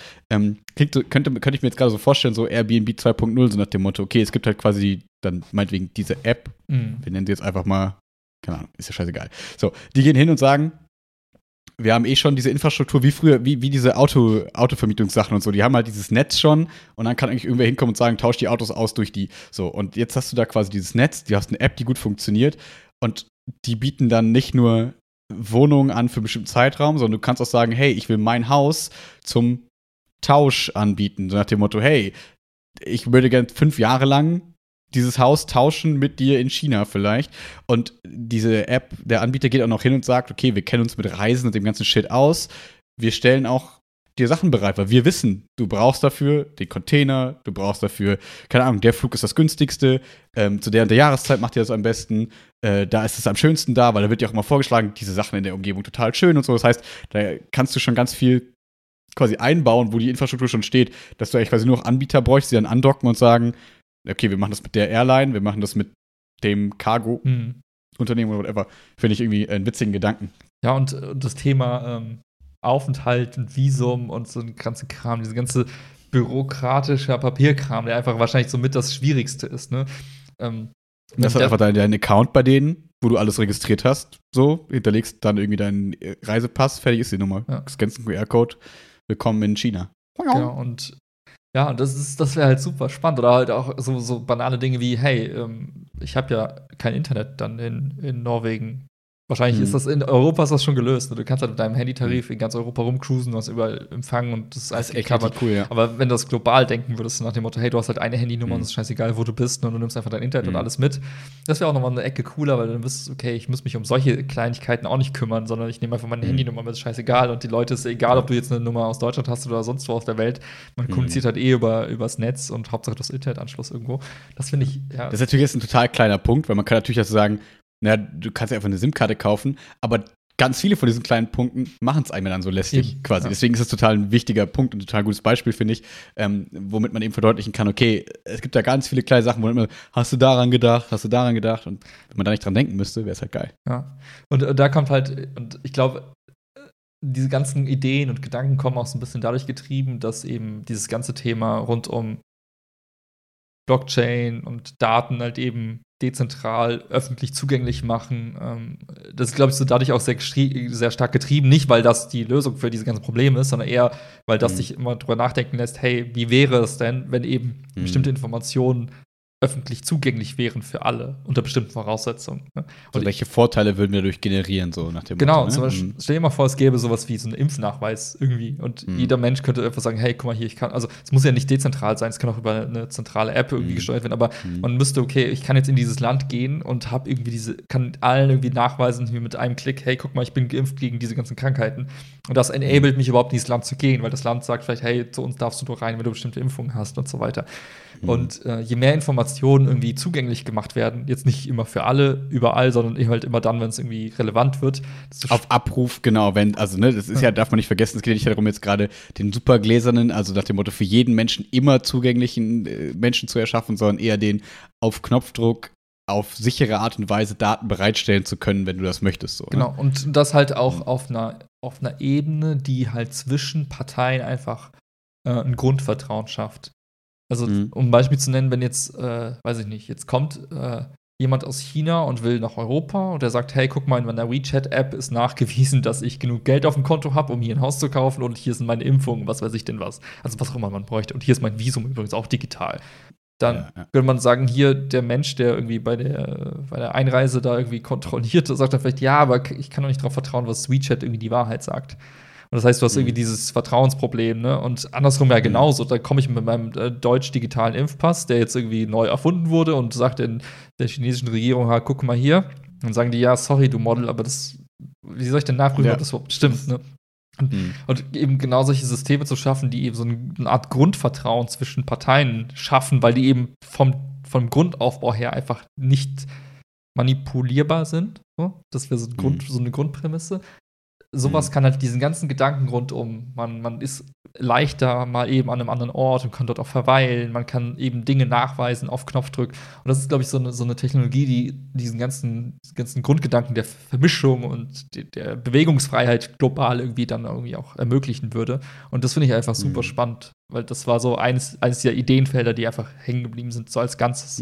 Könnte ich mir jetzt gerade so vorstellen, so Airbnb 2.0, so nach dem Motto, okay, es gibt halt quasi dann meinetwegen diese App, wir nennen sie jetzt einfach mal, keine Ahnung, ist ja scheißegal. So, die gehen hin und sagen, wir haben schon diese Infrastruktur wie früher, wie diese Autovermietungssachen und so. Die haben halt dieses Netz schon, und dann kann eigentlich irgendwer hinkommen und sagen, tausch die Autos aus durch die. So, und jetzt hast du da quasi dieses Netz, du hast eine App, die gut funktioniert, und die bieten dann nicht nur Wohnungen an für einen bestimmten Zeitraum, sondern du kannst auch sagen, hey, ich will mein Haus zum Tausch anbieten. So nach dem Motto, hey, ich würde gerne 5 Jahre lang dieses Haus tauschen mit dir in China vielleicht. Und diese App, der Anbieter geht auch noch hin und sagt, okay, wir kennen uns mit Reisen und dem ganzen Shit aus. Wir stellen auch dir Sachen bereit, weil wir wissen, du brauchst dafür den Container, du brauchst dafür, keine Ahnung, der Flug ist das günstigste, zu der und der Jahreszeit macht ihr das am besten, da ist es am schönsten da, weil da wird dir auch immer vorgeschlagen, diese Sachen in der Umgebung total schön und so. Das heißt, da kannst du schon ganz viel quasi einbauen, wo die Infrastruktur schon steht, dass du eigentlich quasi nur noch Anbieter bräuchst, die dann andocken und sagen, okay, wir machen das mit der Airline, wir machen das mit dem Cargo-Unternehmen oder whatever. Finde ich irgendwie einen witzigen Gedanken. Ja, und das Thema Aufenthalt und Visum und so ein ganzer Kram, diese ganze bürokratische Papierkram, der einfach wahrscheinlich so mit das Schwierigste ist, ne? Das hat einfach dein Account bei denen, wo du alles registriert hast, so, hinterlegst dann irgendwie deinen Reisepass, fertig ist die Nummer. Scannst einen QR-Code, willkommen in China. Genau, und ja, und das wäre halt super spannend. Oder halt auch so banale Dinge wie, hey, ich habe ja kein Internet dann in Norwegen. Wahrscheinlich ist das in Europa ist das schon gelöst. Du kannst halt mit deinem Handytarif in ganz Europa rumcruisen, du hast überall Empfang und das ist alles echt cool, ja. Aber wenn du das global denken würdest, nach dem Motto, hey, du hast halt eine Handynummer und es ist scheißegal, wo du bist, und du nimmst einfach dein Internet und alles mit. Das wäre auch nochmal eine Ecke cooler, weil du dann wüsstest, okay, ich muss mich um solche Kleinigkeiten auch nicht kümmern, sondern ich nehme einfach meine Handynummer, mir ist scheißegal, und die Leute ist egal, ob du jetzt eine Nummer aus Deutschland hast oder sonst wo aus der Welt. Man kommuniziert halt übers Netz und Hauptsache das Internetanschluss irgendwo. Das finde ich, ja. Das ist natürlich jetzt ein total kleiner Punkt, weil man kann natürlich auch sagen, naja, du kannst ja einfach eine SIM-Karte kaufen, aber ganz viele von diesen kleinen Punkten machen es einem dann so lästig quasi. Ja. Deswegen ist das total ein wichtiger Punkt und ein total gutes Beispiel, finde ich, womit man eben verdeutlichen kann, okay, es gibt da ganz viele kleine Sachen, wo man immer, hast du daran gedacht, und wenn man da nicht dran denken müsste, wäre es halt geil. Ja, und da kommt halt, und ich glaube, diese ganzen Ideen und Gedanken kommen auch so ein bisschen dadurch getrieben, dass eben dieses ganze Thema rund um Blockchain und Daten halt eben dezentral öffentlich zugänglich machen. Das ist, glaube ich, so dadurch auch sehr stark getrieben. Nicht, weil das die Lösung für diese ganzen Probleme ist, sondern eher, weil das dich immer drüber nachdenken lässt, hey, wie wäre es denn, wenn eben bestimmte Informationen öffentlich zugänglich wären für alle, unter bestimmten Voraussetzungen. Ne? Und welche Vorteile würden wir dadurch generieren, so nach dem Genau, Motto, ne? zum Beispiel, stell dir mal vor, es gäbe sowas wie so einen Impfnachweis irgendwie und jeder Mensch könnte einfach sagen, hey, guck mal hier, ich kann, also es muss ja nicht dezentral sein, es kann auch über eine zentrale App irgendwie gesteuert werden, aber man müsste, okay, ich kann jetzt in dieses Land gehen und habe irgendwie kann allen irgendwie nachweisen, wie mit einem Klick, hey, guck mal, ich bin geimpft gegen diese ganzen Krankheiten. Und das enabled mich überhaupt in dieses Land zu gehen, weil das Land sagt vielleicht, hey, zu uns darfst du nur rein, wenn du bestimmte Impfungen hast und so weiter. Und je mehr Informationen irgendwie zugänglich gemacht werden, jetzt nicht immer für alle, überall, sondern halt immer dann, wenn es irgendwie relevant wird. Auf Abruf, genau, das ist ja, darf man nicht vergessen, es geht ja nicht darum, jetzt gerade den supergläsernen, also nach dem Motto, für jeden Menschen immer zugänglichen Menschen zu erschaffen, sondern eher den auf Knopfdruck auf sichere Art und Weise Daten bereitstellen zu können, wenn du das möchtest. So, genau, und das halt auch auf einer Ebene, die halt zwischen Parteien einfach ein Grundvertrauen schafft. Also, um ein Beispiel zu nennen, wenn jetzt, weiß ich nicht, jetzt kommt jemand aus China und will nach Europa und der sagt, hey, guck mal, in meiner WeChat-App ist nachgewiesen, dass ich genug Geld auf dem Konto habe, um hier ein Haus zu kaufen und hier sind meine Impfungen, was weiß ich denn was. Also was auch immer man bräuchte. Und hier ist mein Visum übrigens auch digital. Dann würde man sagen, hier der Mensch, der irgendwie bei der Einreise da irgendwie kontrolliert, sagt dann vielleicht, ja, aber ich kann doch nicht darauf vertrauen, was WeChat irgendwie die Wahrheit sagt. Und das heißt, du hast irgendwie dieses Vertrauensproblem, ne? Und andersrum ja genauso. Da komme ich mit meinem deutsch-digitalen Impfpass, der jetzt irgendwie neu erfunden wurde und sagt in der chinesischen Regierung, guck mal hier. Dann sagen die, ja, sorry, du Model, aber wie soll ich denn nachprüfen, ob das überhaupt stimmt, ne? Und eben genau solche Systeme zu schaffen, die eben so eine Art Grundvertrauen zwischen Parteien schaffen, weil die eben vom Grundaufbau her einfach nicht manipulierbar sind. So? Das wäre so eine Grundprämisse. Sowas kann halt diesen ganzen Gedanken rundum, man ist leichter mal eben an einem anderen Ort und kann dort auch verweilen, man kann eben Dinge nachweisen auf Knopfdruck. Und das ist, glaube ich, so eine Technologie, die diesen ganzen Grundgedanken der Vermischung und der Bewegungsfreiheit global irgendwie dann irgendwie auch ermöglichen würde. Und das finde ich einfach super spannend, weil das war so eines der Ideenfelder, die einfach hängen geblieben sind, so als Ganzes.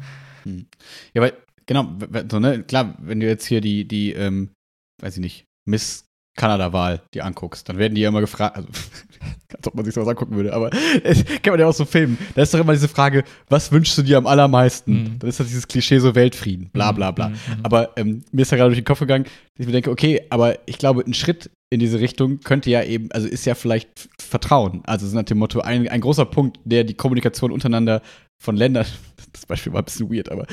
Ja, weil, genau, so, ne, klar, wenn du jetzt hier die weiß ich nicht, Miss Kanada-Wahl die anguckst, dann werden die ja immer gefragt, also als ob man sich sowas angucken würde, aber kann man ja auch so filmen. Da ist doch immer diese Frage, was wünschst du dir am allermeisten? Dann ist das dieses Klischee so Weltfrieden, bla bla bla. Aber mir ist da gerade durch den Kopf gegangen, dass ich mir denke, okay, aber ich glaube, ein Schritt in diese Richtung könnte ja eben, also ist ja vielleicht Vertrauen. Also so nach dem Motto, ein großer Punkt, der die Kommunikation untereinander von Ländern, das Beispiel war ein bisschen weird, aber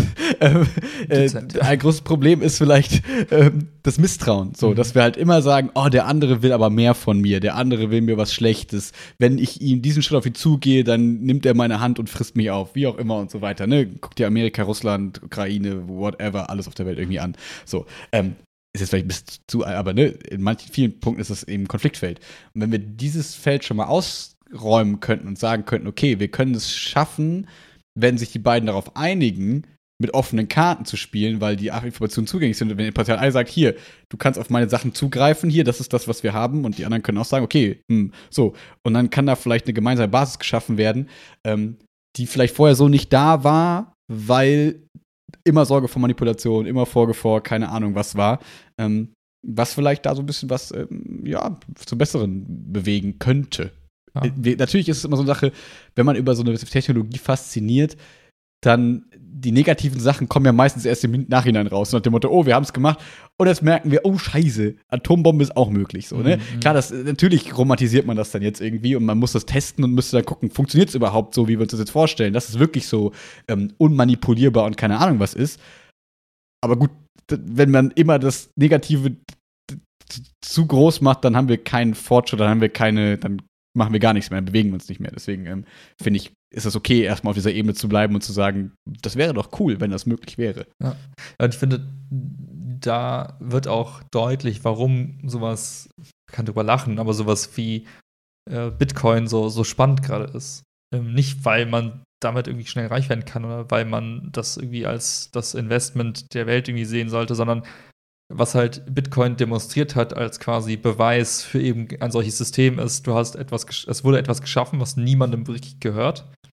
ein großes Problem ist vielleicht das Misstrauen. So, dass wir halt immer sagen, oh, der andere will aber mehr von mir, der andere will mir was Schlechtes. Wenn ich ihm diesen Schritt auf ihn zugehe, dann nimmt er meine Hand und frisst mich auf, wie auch immer und so weiter. Ne? Guck dir Amerika, Russland, Ukraine, whatever, alles auf der Welt irgendwie an. So, ist jetzt vielleicht ein bisschen zu, aber ne, in vielen Punkten ist das eben ein Konfliktfeld. Und wenn wir dieses Feld schon mal ausräumen könnten und sagen könnten, okay, wir können es schaffen, wenn sich die beiden darauf einigen, mit offenen Karten zu spielen, weil die Informationen zugänglich sind. Und wenn die Partei A sagt, hier, du kannst auf meine Sachen zugreifen, hier, das ist das, was wir haben, und die anderen können auch sagen, okay, so. Und dann kann da vielleicht eine gemeinsame Basis geschaffen werden, die vielleicht vorher so nicht da war, weil immer Sorge vor Manipulation, immer Sorge vor keine Ahnung was war, was vielleicht da so ein bisschen was, zum Besseren bewegen könnte. Ja. Natürlich ist es immer so eine Sache, wenn man über so eine Technologie fasziniert, dann die negativen Sachen kommen ja meistens erst im Nachhinein raus. Nach dem Motto, oh, wir haben es gemacht. Und jetzt merken wir, oh, scheiße, Atombombe ist auch möglich. So, ne? Klar, natürlich romantisiert man das dann jetzt irgendwie und man muss das testen und müsste dann gucken, funktioniert es überhaupt so, wie wir uns das jetzt vorstellen, dass es wirklich so unmanipulierbar und keine Ahnung was ist. Aber gut, wenn man immer das Negative zu groß macht, dann haben wir keinen Fortschritt, dann machen wir gar nichts mehr, dann bewegen wir uns nicht mehr. Deswegen finde ich, ist es okay, erstmal auf dieser Ebene zu bleiben und zu sagen, das wäre doch cool, wenn das möglich wäre. Ja, und ich finde, da wird auch deutlich, warum sowas, ich kann drüber lachen, aber sowas wie Bitcoin so spannend gerade ist. Nicht, weil man damit irgendwie schnell reich werden kann oder weil man das irgendwie als das Investment der Welt irgendwie sehen sollte, sondern was halt Bitcoin demonstriert hat als quasi Beweis für eben ein solches System ist, es wurde etwas geschaffen, was niemandem wirklich gehört.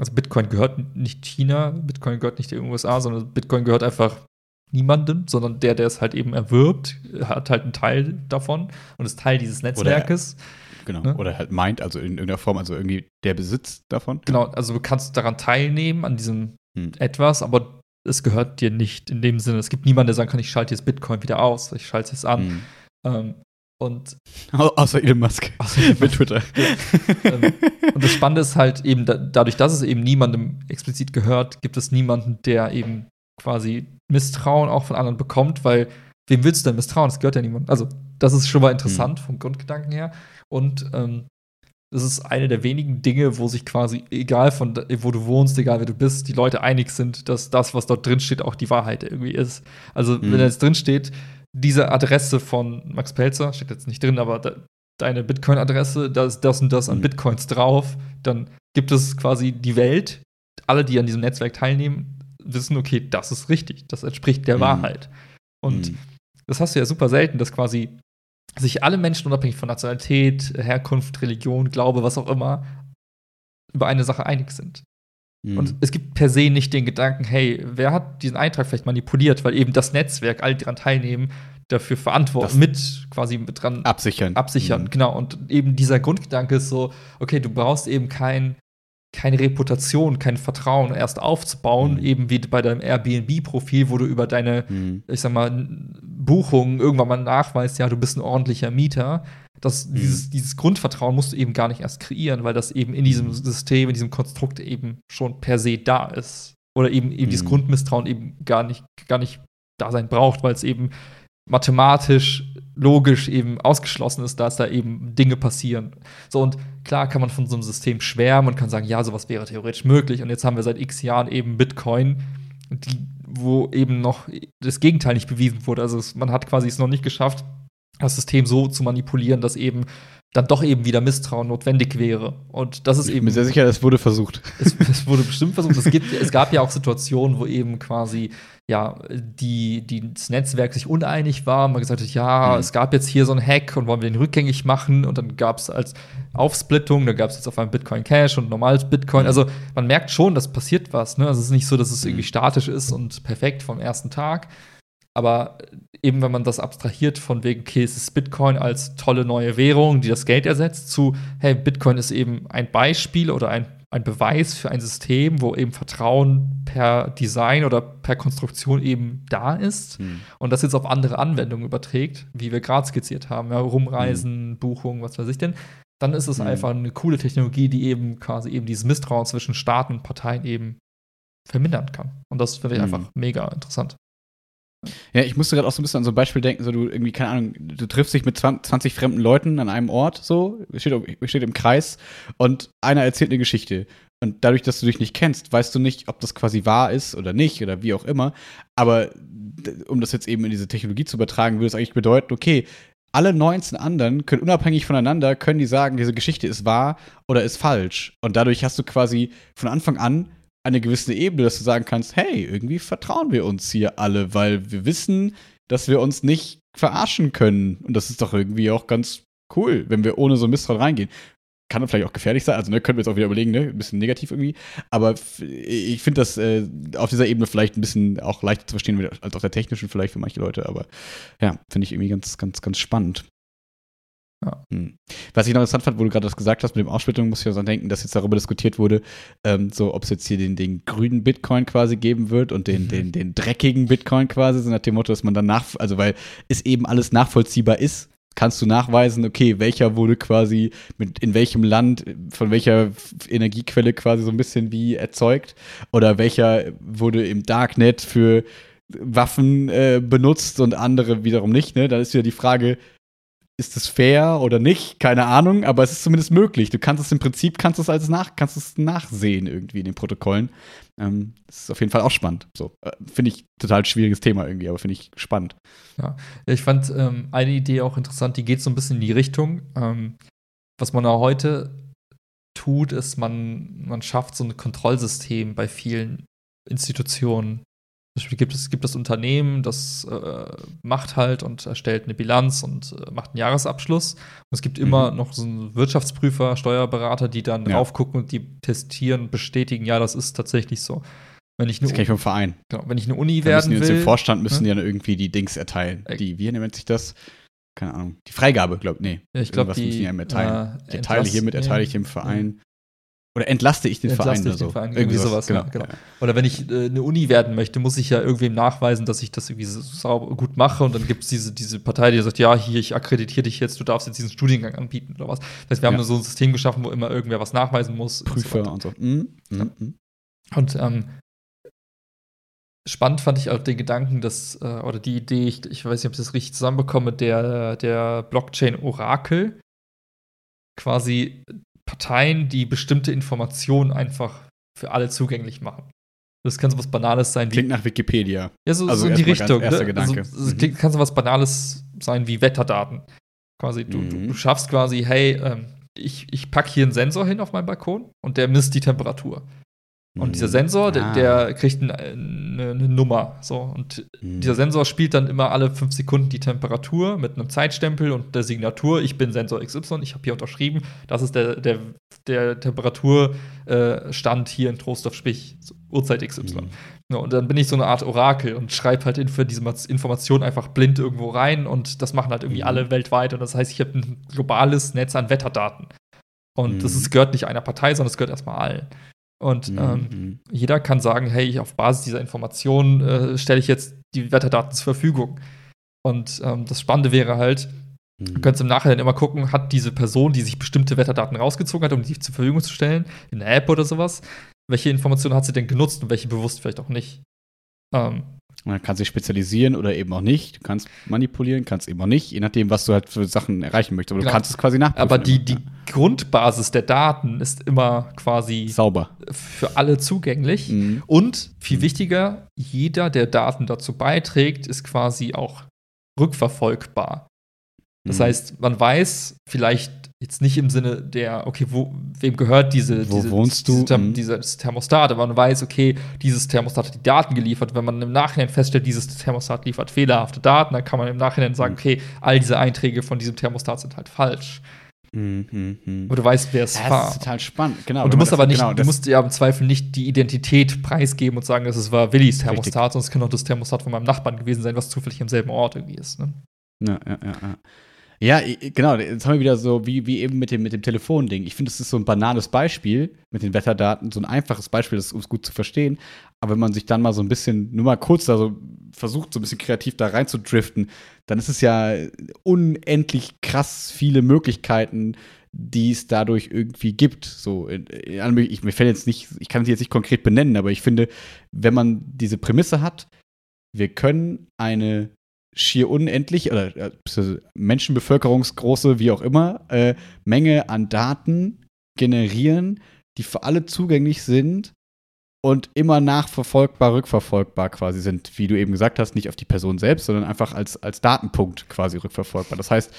Also Bitcoin gehört nicht China, Bitcoin gehört nicht den USA, sondern Bitcoin gehört einfach niemandem, sondern der es halt eben erwirbt, hat halt einen Teil davon und ist Teil dieses Netzwerkes. Genau. Ne? Oder halt meint, also in irgendeiner Form, also irgendwie der Besitz davon. Genau, also du kannst daran teilnehmen, an diesem etwas, aber es gehört dir nicht in dem Sinne. Es gibt niemanden, der sagen kann, ich schalte jetzt Bitcoin wieder aus, ich schalte es jetzt an. Und außer Elon Musk mit Twitter. Und das Spannende ist halt eben, dadurch, dass es eben niemandem explizit gehört, gibt es niemanden, der eben quasi Misstrauen auch von anderen bekommt, weil wem willst du denn misstrauen? Das gehört ja niemandem. Also, das ist schon mal interessant vom Grundgedanken her. Und das ist eine der wenigen Dinge, wo sich quasi, egal von wo du wohnst, egal wer du bist, die Leute einig sind, dass das, was dort drin steht, auch die Wahrheit irgendwie ist. Also, wenn da jetzt drin steht, diese Adresse von Max Pelzer, steht jetzt nicht drin, aber deine Bitcoin-Adresse, da ist das und das an Bitcoins drauf, dann gibt es quasi die Welt, alle, die an diesem Netzwerk teilnehmen, wissen, okay, das ist richtig, das entspricht der Wahrheit. Und das hast du ja super selten, dass quasi sich alle Menschen, unabhängig von Nationalität, Herkunft, Religion, Glaube, was auch immer, über eine Sache einig sind. Und es gibt per se nicht den Gedanken, hey, wer hat diesen Eintrag vielleicht manipuliert, weil eben das Netzwerk, alle, die daran teilnehmen, dafür verantworten, mit dran absichern. Genau. Und eben dieser Grundgedanke ist so, okay, du brauchst eben keine Reputation, kein Vertrauen erst aufzubauen, eben wie bei deinem Airbnb-Profil, wo du über deine, ich sag mal, Buchungen irgendwann mal nachweist, ja, du bist ein ordentlicher Mieter. Dieses Grundvertrauen musst du eben gar nicht erst kreieren, weil das eben in diesem System, in diesem Konstrukt eben schon per se da ist. Oder eben dieses Grundmisstrauen eben gar nicht da sein braucht, weil es eben mathematisch, logisch eben ausgeschlossen ist, dass da eben Dinge passieren. So, und klar kann man von so einem System schwärmen und kann sagen, ja, sowas wäre theoretisch möglich. Und jetzt haben wir seit x Jahren eben Bitcoin, wo eben noch das Gegenteil nicht bewiesen wurde. Also man hat quasi es noch nicht geschafft, das System so zu manipulieren, dass eben dann doch eben wieder Misstrauen notwendig wäre. Und das ist eben. Ich bin mir sehr sicher, es wurde versucht. Es wurde bestimmt versucht. Es gab ja auch Situationen, wo eben quasi das Netzwerk sich uneinig war. Man gesagt hat, ja, es gab jetzt hier so einen Hack und wollen wir den rückgängig machen. Und dann gab es als Aufsplittung, da gab es jetzt auf einmal Bitcoin Cash und normales Bitcoin. Also man merkt schon, dass passiert was. Ne? Also es ist nicht so, dass es irgendwie statisch ist und perfekt vom ersten Tag. Aber eben, wenn man das abstrahiert von wegen, okay, es ist Bitcoin als tolle neue Währung, die das Geld ersetzt, zu, hey, Bitcoin ist eben ein Beispiel oder ein Beweis für ein System, wo eben Vertrauen per Design oder per Konstruktion eben da ist und das jetzt auf andere Anwendungen überträgt, wie wir gerade skizziert haben, ja, Rumreisen, Buchungen, was weiß ich denn, dann ist es einfach eine coole Technologie, die eben quasi eben dieses Misstrauen zwischen Staaten und Parteien eben vermindern kann. Und das finde ich einfach mega interessant. Ja, ich musste gerade auch so ein bisschen an so ein Beispiel denken, so du irgendwie, keine Ahnung, du triffst dich mit 20 fremden Leuten an einem Ort, so, steht im Kreis und einer erzählt eine Geschichte. Und dadurch, dass du dich nicht kennst, weißt du nicht, ob das quasi wahr ist oder nicht oder wie auch immer. Aber um das jetzt eben in diese Technologie zu übertragen, würde es eigentlich bedeuten, okay, alle 19 anderen können unabhängig voneinander, können die sagen, diese Geschichte ist wahr oder ist falsch. Und dadurch hast du quasi von Anfang an eine gewisse Ebene, dass du sagen kannst, hey, irgendwie vertrauen wir uns hier alle, weil wir wissen, dass wir uns nicht verarschen können. Und das ist doch irgendwie auch ganz cool, wenn wir ohne so Misstrauen reingehen. Kann vielleicht auch gefährlich sein, also können wir jetzt auch wieder überlegen, ein bisschen negativ irgendwie. Aber ich finde das auf dieser Ebene vielleicht ein bisschen auch leichter zu verstehen als auf der technischen vielleicht für manche Leute. Aber ja, finde ich irgendwie ganz, ganz, ganz spannend. Ja. Was ich noch interessant fand, wo du gerade das gesagt hast mit dem Aufsplittung, muss ich ja so denken, dass jetzt darüber diskutiert wurde, so ob es jetzt hier den grünen Bitcoin quasi geben wird und den dreckigen Bitcoin quasi, so nach dem Motto, dass man dann also weil es eben alles nachvollziehbar ist, kannst du nachweisen, okay, welcher wurde quasi in welchem Land, von welcher Energiequelle quasi so ein bisschen wie erzeugt oder welcher wurde im Darknet für Waffen benutzt und andere wiederum nicht, ne? Da ist ja die Frage, ist es fair oder nicht? Keine Ahnung, aber es ist zumindest möglich. Du kannst es im Prinzip, kannst es nachsehen irgendwie in den Protokollen. Das ist auf jeden Fall auch spannend. So, finde ich total schwieriges Thema irgendwie, aber finde ich spannend. Ja, ich fand eine Idee auch interessant, die geht so ein bisschen in die Richtung. Was man auch heute tut, ist, man schafft so ein Kontrollsystem bei vielen Institutionen, Zum Beispiel gibt das Unternehmen, das macht halt und erstellt eine Bilanz und macht einen Jahresabschluss. Und es gibt immer noch so einen Wirtschaftsprüfer, Steuerberater, die dann drauf gucken und die testieren und bestätigen, ja, das ist tatsächlich so. Das kenne ich vom Verein. Genau, wenn ich eine Uni werden will. Im Vorstand müssen die dann irgendwie die Dings erteilen. Wie nennt sich das? Keine Ahnung. Die Freigabe, ich glaube, müssen die einem erteilen. Erteile ich dem Verein. Oder entlaste ich den Verein oder so. Irgendwie sowas. Genau. Oder wenn ich eine Uni werden möchte, muss ich ja irgendwem nachweisen, dass ich das irgendwie so sauber gut mache. Und dann gibt es diese Partei, die sagt, ja, hier, ich akkreditiere dich jetzt, du darfst jetzt diesen Studiengang anbieten oder was. Das heißt, wir haben nur so ein System geschaffen, wo immer irgendwer was nachweisen muss. Prüfer und so. Und spannend fand ich auch den Gedanken, dass, oder die Idee, ich weiß nicht, ob ich das richtig zusammenbekomme, der Blockchain-Orakel quasi Parteien, die bestimmte Informationen einfach für alle zugänglich machen. Das kann so was Banales sein wie. Klingt nach Wikipedia. Ja, so in die Richtung. Erster Gedanke. Also, kann so was Banales sein wie Wetterdaten. Quasi, du schaffst quasi, hey, ich packe hier einen Sensor hin auf meinen Balkon und der misst die Temperatur. Und dieser Sensor, der kriegt eine Nummer. So. Und dieser Sensor spielt dann immer alle 5 Sekunden die Temperatur mit einem Zeitstempel und der Signatur. Ich bin Sensor XY, ich habe hier unterschrieben. Das ist der Temperaturstand hier in Trostorf, sprich Uhrzeit XY. Ja, und dann bin ich so eine Art Orakel und schreibe halt für diese Information einfach blind irgendwo rein. Und das machen halt irgendwie alle weltweit. Und das heißt, ich habe ein globales Netz an Wetterdaten. Und das gehört nicht einer Partei, sondern es gehört erstmal allen. Und jeder kann sagen, hey, auf Basis dieser Informationen stelle ich jetzt die Wetterdaten zur Verfügung. Und das Spannende wäre halt, du könntest im Nachhinein immer gucken, hat diese Person, die sich bestimmte Wetterdaten rausgezogen hat, um die zur Verfügung zu stellen, in einer App oder sowas, welche Informationen hat sie denn genutzt und welche bewusst vielleicht auch nicht. Man kann sich spezialisieren oder eben auch nicht. Du kannst manipulieren, kannst eben auch nicht, je nachdem, was du halt für Sachen erreichen möchtest. Aber du kannst es quasi nachprüfen. Aber die Grundbasis der Daten ist immer quasi sauber für alle zugänglich. Und viel wichtiger, jeder, der Daten dazu beiträgt, ist quasi auch rückverfolgbar. Das heißt, man weiß vielleicht jetzt nicht im Sinne der, okay, wem gehört dieses Thermostat, aber man weiß, okay, dieses Thermostat hat die Daten geliefert. Wenn man im Nachhinein feststellt, dieses Thermostat liefert fehlerhafte Daten, dann kann man im Nachhinein sagen, okay, all diese Einträge von diesem Thermostat sind halt falsch. Aber du weißt, wer es war. Das ist total spannend, genau. Und du musst aber nicht, du musst ja im Zweifel nicht die Identität preisgeben und sagen, dass es war Willis Thermostat, sondern es kann auch das Thermostat von meinem Nachbarn gewesen sein, was zufällig am selben Ort irgendwie ist. Ne? Ja, genau. Jetzt haben wir wieder so wie eben mit dem Telefonding. Ich finde, das ist so ein banales Beispiel mit den Wetterdaten, so ein einfaches Beispiel, das ist gut zu verstehen. Aber wenn man sich dann mal so ein bisschen, nur mal kurz da so versucht, so ein bisschen kreativ da rein zu driften, dann ist es ja unendlich krass viele Möglichkeiten, die es dadurch irgendwie gibt. So, mir fällt jetzt nicht, ich kann sie jetzt nicht konkret benennen, aber ich finde, wenn man diese Prämisse hat, wir können eine schier unendlich oder menschenbevölkerungsgroße, wie auch immer, Menge an Daten generieren, die für alle zugänglich sind und immer nachverfolgbar, rückverfolgbar quasi sind, wie du eben gesagt hast, nicht auf die Person selbst, sondern einfach als Datenpunkt quasi rückverfolgbar. Das heißt,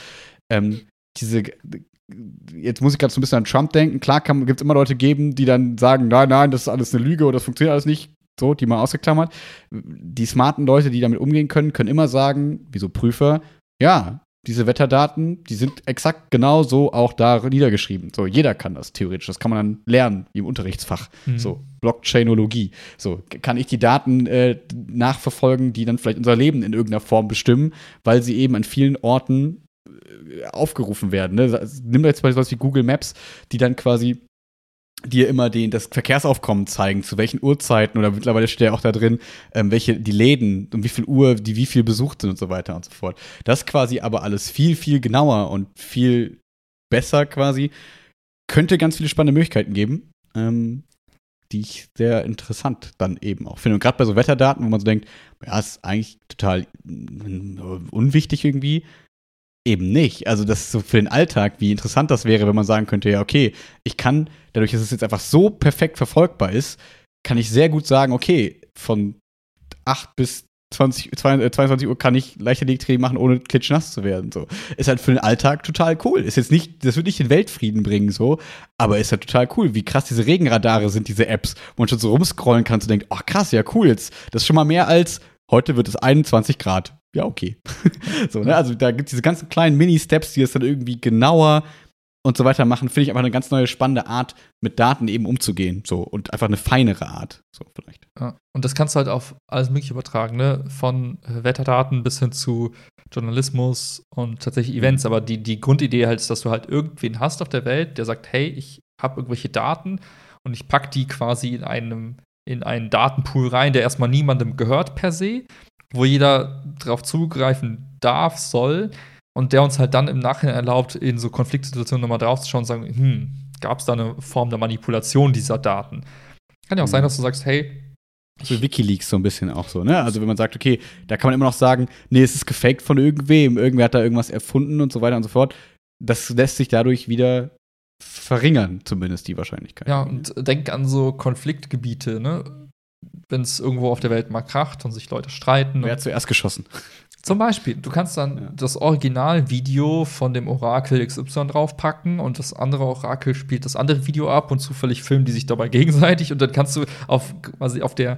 jetzt muss ich gerade so ein bisschen an Trump denken, klar gibt es immer Leute geben, die dann sagen, nein, das ist alles eine Lüge oder das funktioniert alles nicht. So, die man ausgeklammert. Die smarten Leute, die damit umgehen können, können immer sagen, wie so Prüfer, ja, diese Wetterdaten, die sind exakt genau so auch da niedergeschrieben. So, jeder kann das theoretisch. Das kann man dann lernen, wie im Unterrichtsfach. So, Blockchainologie. So, kann ich die Daten nachverfolgen, die dann vielleicht unser Leben in irgendeiner Form bestimmen, weil sie eben an vielen Orten aufgerufen werden. Ne? Nimm jetzt mal sowas wie Google Maps, die dann quasi dir immer das Verkehrsaufkommen zeigen, zu welchen Uhrzeiten, oder mittlerweile steht ja auch da drin, welche die Läden, um wie viel Uhr, wie viel besucht sind und so weiter und so fort. Das quasi aber alles viel, viel genauer und viel besser quasi, könnte ganz viele spannende Möglichkeiten geben, die ich sehr interessant dann eben auch finde. Und gerade bei so Wetterdaten, wo man so denkt, ja, ist eigentlich total unwichtig irgendwie, eben nicht. Also das ist so für den Alltag, wie interessant das wäre, wenn man sagen könnte, ja, okay, ich kann, dadurch, dass es jetzt einfach so perfekt verfolgbar ist, kann ich sehr gut sagen, okay, von 8 bis 22 Uhr kann ich Leichtathletiktraining machen, ohne klitschnass zu werden. So. Ist halt für den Alltag total cool. Ist jetzt nicht, das wird nicht den Weltfrieden bringen, so, aber ist halt total cool, wie krass diese Regenradare sind, diese Apps, wo man schon so rumscrollen kann und denkt, ach krass, ja cool, jetzt, das ist schon mal mehr als, heute wird es 21 Grad. Ja, okay. So, ne? Also da gibt es diese ganzen kleinen Mini-Steps, die es dann irgendwie genauer und so weiter machen, finde ich einfach eine ganz neue, spannende Art, mit Daten eben umzugehen. So, und einfach eine feinere Art. So, vielleicht. Ja. Und das kannst du halt auf alles Mögliche übertragen, ne? Von Wetterdaten bis hin zu Journalismus und tatsächlich Events. Aber die Grundidee halt ist, dass du halt irgendwen hast auf der Welt, der sagt, hey, ich habe irgendwelche Daten und ich packe die quasi in einen Datenpool rein, der erstmal niemandem gehört per se, wo jeder darauf zugreifen darf, soll. Und der uns halt dann im Nachhinein erlaubt, in so Konfliktsituationen nochmal draufzuschauen und sagen, gab es da eine Form der Manipulation dieser Daten? Kann ja auch sein, dass du sagst, hey, so WikiLeaks so ein bisschen auch so, ne? Also wenn man sagt, okay, da kann man immer noch sagen, nee, es ist gefaked von irgendwem, irgendwer hat da irgendwas erfunden und so weiter und so fort. Das lässt sich dadurch wieder verringern, zumindest die Wahrscheinlichkeit. Ja, und denk an so Konfliktgebiete, ne? Wenn es irgendwo auf der Welt mal kracht und sich Leute streiten. Wer hat zuerst geschossen? Zum Beispiel, du kannst dann das Originalvideo von dem Orakel XY draufpacken und das andere Orakel spielt das andere Video ab und zufällig filmen die sich dabei gegenseitig und dann kannst du quasi auf der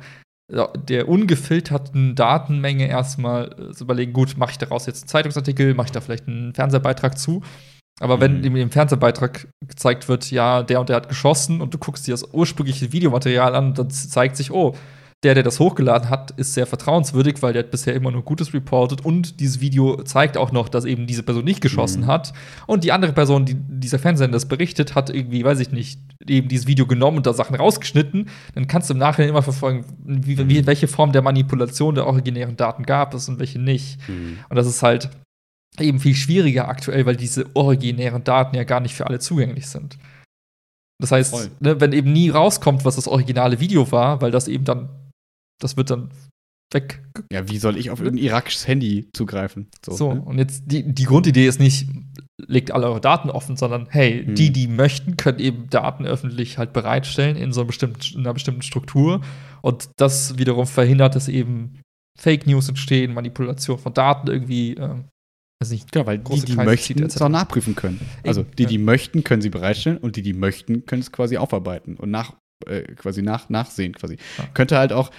ungefilterten Datenmenge erstmal überlegen, gut, mache ich daraus jetzt einen Zeitungsartikel, mache ich da vielleicht einen Fernsehbeitrag zu? Aber wenn im Fernsehbeitrag gezeigt wird, ja, der und der hat geschossen und du guckst dir das ursprüngliche Videomaterial an, dann zeigt sich, oh, der das hochgeladen hat, ist sehr vertrauenswürdig, weil der hat bisher immer nur Gutes reportet und dieses Video zeigt auch noch, dass eben diese Person nicht geschossen hat und die andere Person, die dieser Fernsehsender das berichtet, hat irgendwie, weiß ich nicht, eben dieses Video genommen und da Sachen rausgeschnitten, dann kannst du im Nachhinein immer verfolgen, welche Form der Manipulation der originären Daten gab es und welche nicht. Und das ist halt eben viel schwieriger aktuell, weil diese originären Daten ja gar nicht für alle zugänglich sind. Das heißt, ne, wenn eben nie rauskommt, was das originale Video war, weil das eben dann das wird dann weg. Ja, wie soll ich auf irgendein irakisches Handy zugreifen? So, ne? Und jetzt die Grundidee ist nicht, legt alle eure Daten offen, sondern hey, die möchten, können eben Daten öffentlich halt bereitstellen in einer bestimmten Struktur. Und das wiederum verhindert, dass eben Fake News entstehen, Manipulation von Daten irgendwie, weiß nicht, genau, weil die möchten es auch nachprüfen können. Also die möchten, können sie bereitstellen und die möchten, können es quasi aufarbeiten und nachsehen quasi. Ja. Könnte halt auch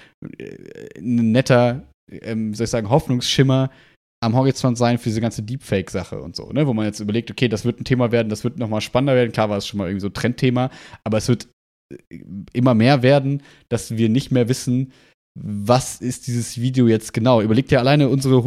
ein netter, soll ich sagen, Hoffnungsschimmer am Horizont sein für diese ganze Deepfake-Sache und so, ne? Wo man jetzt überlegt, okay, das wird ein Thema werden, das wird noch mal spannender werden. Klar war es schon mal irgendwie so ein Trendthema, aber es wird immer mehr werden, dass wir nicht mehr wissen, was ist dieses Video jetzt genau. Überlegt ja alleine unsere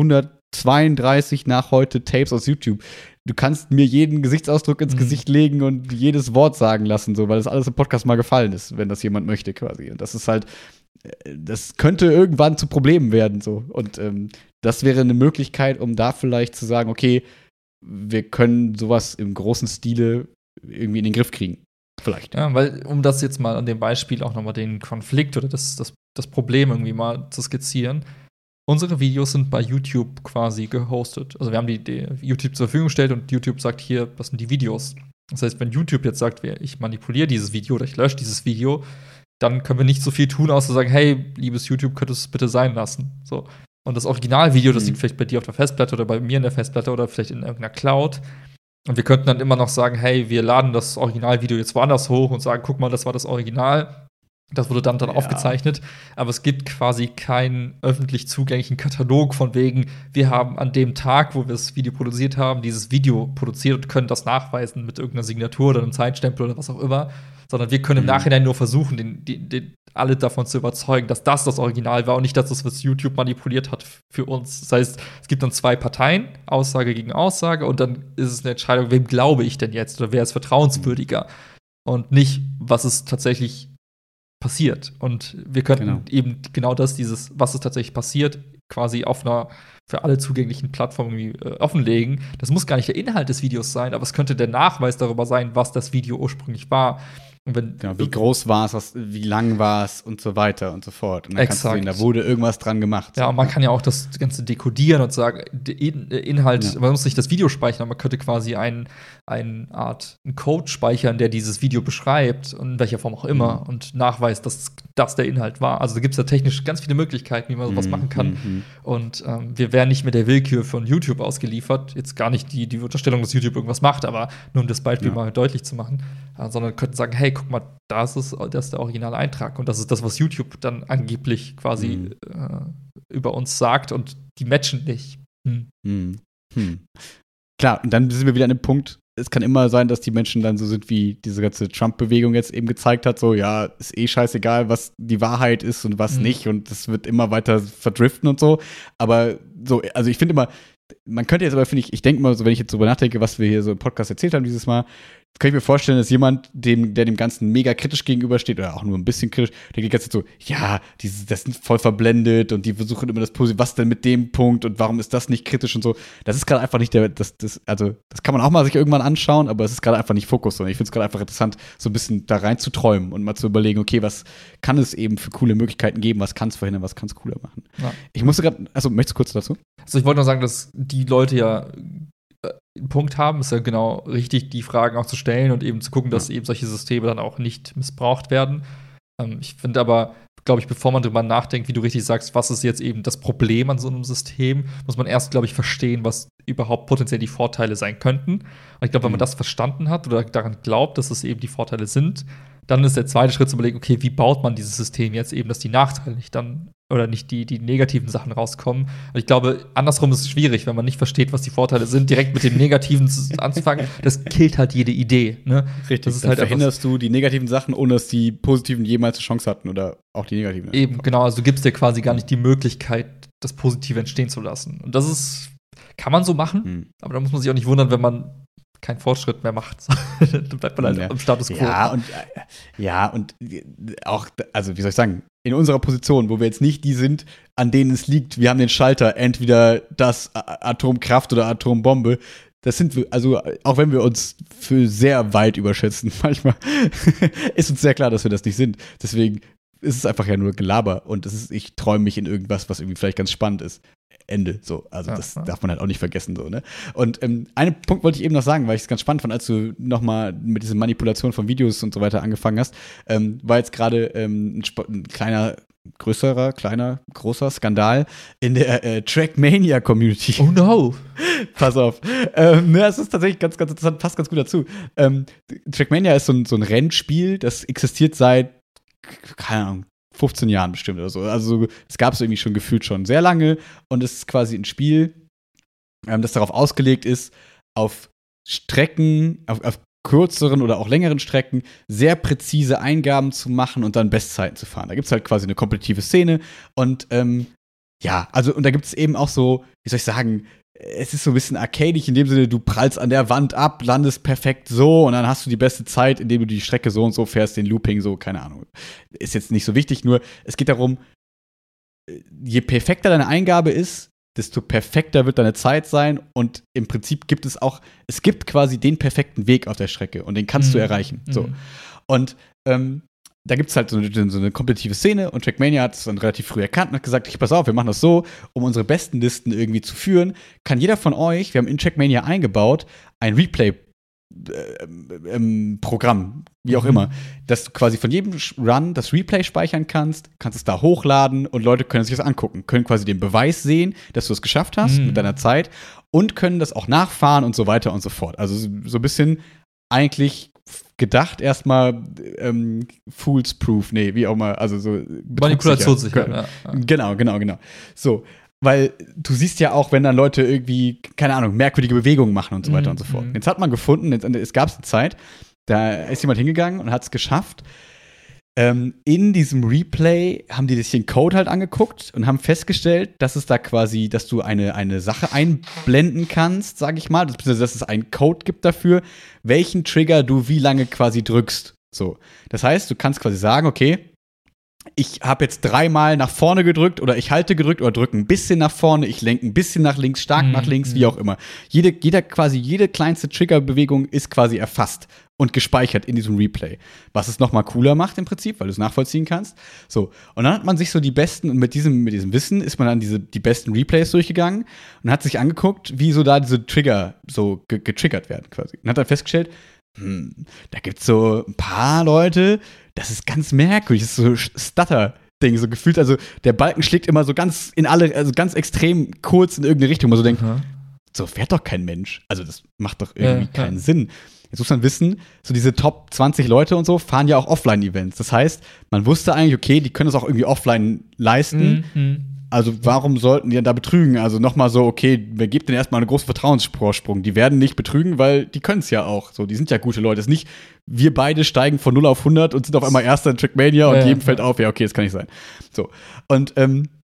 132 nach heute Tapes aus YouTube. Du kannst mir jeden Gesichtsausdruck ins Gesicht legen und jedes Wort sagen lassen, so, weil das alles im Podcast mal gefallen ist, wenn das jemand möchte, quasi. Und das ist halt, das könnte irgendwann zu Problemen werden, so. Und das wäre eine Möglichkeit, um da vielleicht zu sagen, okay, wir können sowas im großen Stile irgendwie in den Griff kriegen. Vielleicht. Ja, weil, um das jetzt mal an dem Beispiel auch nochmal den Konflikt oder das Problem irgendwie mal zu skizzieren. Unsere Videos sind bei YouTube quasi gehostet. Also wir haben die YouTube zur Verfügung gestellt und YouTube sagt hier, was sind die Videos? Das heißt, wenn YouTube jetzt sagt, ich manipuliere dieses Video oder ich lösche dieses Video, dann können wir nicht so viel tun, außer sagen, hey, liebes YouTube, könntest du es bitte sein lassen. So. Und das Originalvideo, das liegt vielleicht bei dir auf der Festplatte oder bei mir in der Festplatte oder vielleicht in irgendeiner Cloud. Und wir könnten dann immer noch sagen, hey, wir laden das Originalvideo jetzt woanders hoch und sagen, guck mal, das war das Original. Das wurde dann aufgezeichnet. Aber es gibt quasi keinen öffentlich zugänglichen Katalog von wegen, wir haben an dem Tag, wo wir das Video produziert haben, dieses Video produziert und können das nachweisen mit irgendeiner Signatur oder einem Zeitstempel oder was auch immer. Sondern wir können im Nachhinein nur versuchen, alle davon zu überzeugen, dass das Original war und nicht, dass das, was YouTube manipuliert hat für uns. Das heißt, es gibt dann zwei Parteien, Aussage gegen Aussage, und dann ist es eine Entscheidung, wem glaube ich denn jetzt oder wer ist vertrauenswürdiger? Und nicht, was ist tatsächlich passiert. Und wir könnten eben genau das, was ist tatsächlich passiert, quasi auf einer für alle zugänglichen Plattformen irgendwie offenlegen. Das muss gar nicht der Inhalt des Videos sein, aber es könnte der Nachweis darüber sein, was das Video ursprünglich war. Und wenn, genau, wie groß war es, wie lang war es und so weiter und so fort. Und dann kannst du sehen, da wurde irgendwas dran gemacht. Ja, und man kann ja auch das Ganze dekodieren und sagen, Inhalt, man muss nicht das Video speichern, aber man könnte quasi einen Code speichern, der dieses Video beschreibt, in welcher Form auch immer, und nachweist, dass das der Inhalt war. Also da gibt es ja technisch ganz viele Möglichkeiten, wie man sowas machen kann. Und wir wären nicht mit der Willkür von YouTube ausgeliefert. Jetzt gar nicht die Unterstellung, dass YouTube irgendwas macht, aber nur um das Beispiel mal deutlich zu machen. Sondern könnten sagen, hey, guck mal, das ist der originale Eintrag. Und das ist das, was YouTube dann angeblich quasi über uns sagt, und die matchen nicht. Klar, und dann sind wir wieder an dem Punkt, es kann immer sein, dass die Menschen dann so sind, wie diese ganze Trump-Bewegung jetzt eben gezeigt hat, so, ja, ist scheißegal, was die Wahrheit ist und was nicht, und das wird immer weiter verdriften und so. Aber so, also ich finde immer, man könnte jetzt aber, finde ich denke mal so, wenn ich jetzt drüber nachdenke, was wir hier so im Podcast erzählt haben dieses Mal, kann ich mir vorstellen, dass jemand, der dem Ganzen mega kritisch gegenübersteht, oder auch nur ein bisschen kritisch, der die ganze Zeit so, ja, das sind voll verblendet und die versuchen immer das Positive, was denn mit dem Punkt und warum ist das nicht kritisch und so. Das ist gerade einfach nicht also das kann man auch mal sich irgendwann anschauen, aber es ist gerade einfach nicht Fokus. Und ich finde es gerade einfach interessant, so ein bisschen da rein zu träumen und mal zu überlegen, okay, was kann es eben für coole Möglichkeiten geben, was kann es verhindern, was kann es cooler machen. Ja. Ich musste gerade, also möchtest du kurz dazu? Also ich wollte nur sagen, dass die Leute ja einen Punkt haben, ist ja genau richtig, die Fragen auch zu stellen und eben zu gucken, dass eben solche Systeme dann auch nicht missbraucht werden. Ich finde aber, glaube ich, bevor man drüber nachdenkt, wie du richtig sagst, was ist jetzt eben das Problem an so einem System, muss man erst, glaube ich, verstehen, was überhaupt potenziell die Vorteile sein könnten. Und ich glaube, wenn man das verstanden hat oder daran glaubt, dass es eben die Vorteile sind, dann ist der zweite Schritt zu überlegen, okay, wie baut man dieses System jetzt eben, dass die Nachteile nicht dann oder nicht die negativen Sachen rauskommen. Und ich glaube, andersrum ist es schwierig, wenn man nicht versteht, was die Vorteile sind, direkt mit dem Negativen anzufangen. Das killt halt jede Idee. Ne? Richtig, das ist dann halt verhinderst du die negativen Sachen, ohne dass die positiven jemals eine Chance hatten oder auch die negativen. Eben, genau. Also du gibst dir quasi gar nicht die Möglichkeit, das Positive entstehen zu lassen. Und das kann man so machen, aber da muss man sich auch nicht wundern, wenn man keinen Fortschritt mehr macht. Dann bleibt man halt im Status quo. Ja, und auch, also wie soll ich sagen, in unserer Position, wo wir jetzt nicht die sind, an denen es liegt, wir haben den Schalter, entweder das Atomkraft oder Atombombe, das sind wir, also auch wenn wir uns für sehr weit überschätzen, manchmal ist uns sehr klar, dass wir das nicht sind. Deswegen ist es einfach ja nur Gelaber und ich träume mich in irgendwas, was irgendwie vielleicht ganz spannend ist. Ende, so. Also das darf man halt auch nicht vergessen, so, ne? Und einen Punkt wollte ich eben noch sagen, weil ich es ganz spannend fand, als du nochmal mit dieser Manipulation von Videos und so weiter angefangen hast, war jetzt gerade ein großer Skandal in der Trackmania-Community. Oh no! Pass auf. Das ist tatsächlich ganz, ganz interessant, passt ganz gut dazu. Trackmania ist so ein Rennspiel, das existiert seit, keine Ahnung, 15 Jahren bestimmt oder so. Also es gab es irgendwie schon gefühlt schon sehr lange, und es ist quasi ein Spiel, das darauf ausgelegt ist, auf Strecken, auf kürzeren oder auch längeren Strecken sehr präzise Eingaben zu machen und dann Bestzeiten zu fahren. Da gibt es halt quasi eine kompetitive Szene, und und da gibt es eben auch so, wie soll ich sagen, es ist so ein bisschen arcadisch in dem Sinne, du prallst an der Wand ab, landest perfekt so, und dann hast du die beste Zeit, indem du die Strecke so und so fährst, den Looping so, keine Ahnung. Ist jetzt nicht so wichtig, nur es geht darum, je perfekter deine Eingabe ist, desto perfekter wird deine Zeit sein, und im Prinzip gibt es quasi den perfekten Weg auf der Strecke, und den kannst du erreichen. So. Und da gibt es halt so eine kompetitive Szene, und Trackmania hat es dann relativ früh erkannt und hat gesagt, pass auf, wir machen das so, um unsere besten Listen irgendwie zu führen, kann jeder von euch, wir haben in Trackmania eingebaut, ein Replay-Programm, wie auch immer, dass du quasi von jedem Run das Replay speichern kannst es da hochladen, und Leute können sich das angucken, können quasi den Beweis sehen, dass du es geschafft hast mit deiner Zeit, und können das auch nachfahren und so weiter und so fort. Also so ein bisschen eigentlich gedacht erstmal foolsproof, wie auch mal, also so manipulationssicher. Genau. So, weil du siehst ja auch, wenn dann Leute irgendwie, keine Ahnung, merkwürdige Bewegungen machen und so weiter und so fort. Jetzt hat man gefunden, es gab eine Zeit, da ist jemand hingegangen und hat es geschafft. In diesem Replay haben die sich den Code halt angeguckt und haben festgestellt, dass es da quasi, dass du eine Sache einblenden kannst, sage ich mal, dass es einen Code gibt dafür, welchen Trigger du wie lange quasi drückst. So. Das heißt, du kannst quasi sagen, okay, ich habe jetzt 3-mal nach vorne gedrückt oder ich halte gedrückt oder drücke ein bisschen nach vorne, ich lenke ein bisschen nach links, stark nach links, wie auch immer. Jede kleinste Triggerbewegung ist quasi erfasst und gespeichert in diesem Replay. Was es noch mal cooler macht im Prinzip, weil du es nachvollziehen kannst. So, und dann hat man sich so die besten, und mit diesem Wissen ist man dann die besten Replays durchgegangen und hat sich angeguckt, wie so da diese Trigger so getriggert werden quasi. Und hat dann festgestellt, da gibt's so ein paar Leute, das ist ganz merkwürdig, das ist so Stutter-Ding, so gefühlt, also der Balken schlägt immer so ganz also ganz extrem kurz in irgendeine Richtung, wo man so denkt, so fährt doch kein Mensch. Also das macht doch irgendwie keinen Sinn. Jetzt muss man wissen, so diese Top 20 Leute und so fahren ja auch Offline-Events. Das heißt, man wusste eigentlich, okay, die können das auch irgendwie offline leisten. Also warum sollten die denn da betrügen? Also nochmal so, okay, wer gibt denn erstmal einen großen Vertrauensvorsprung? Die werden nicht betrügen, weil die können es ja auch. So, die sind ja gute Leute. Es ist nicht, wir beide steigen von 0 auf 100 und sind auf einmal Erster in Trackmania und jedem fällt auf, ja, okay, das kann nicht sein. So, und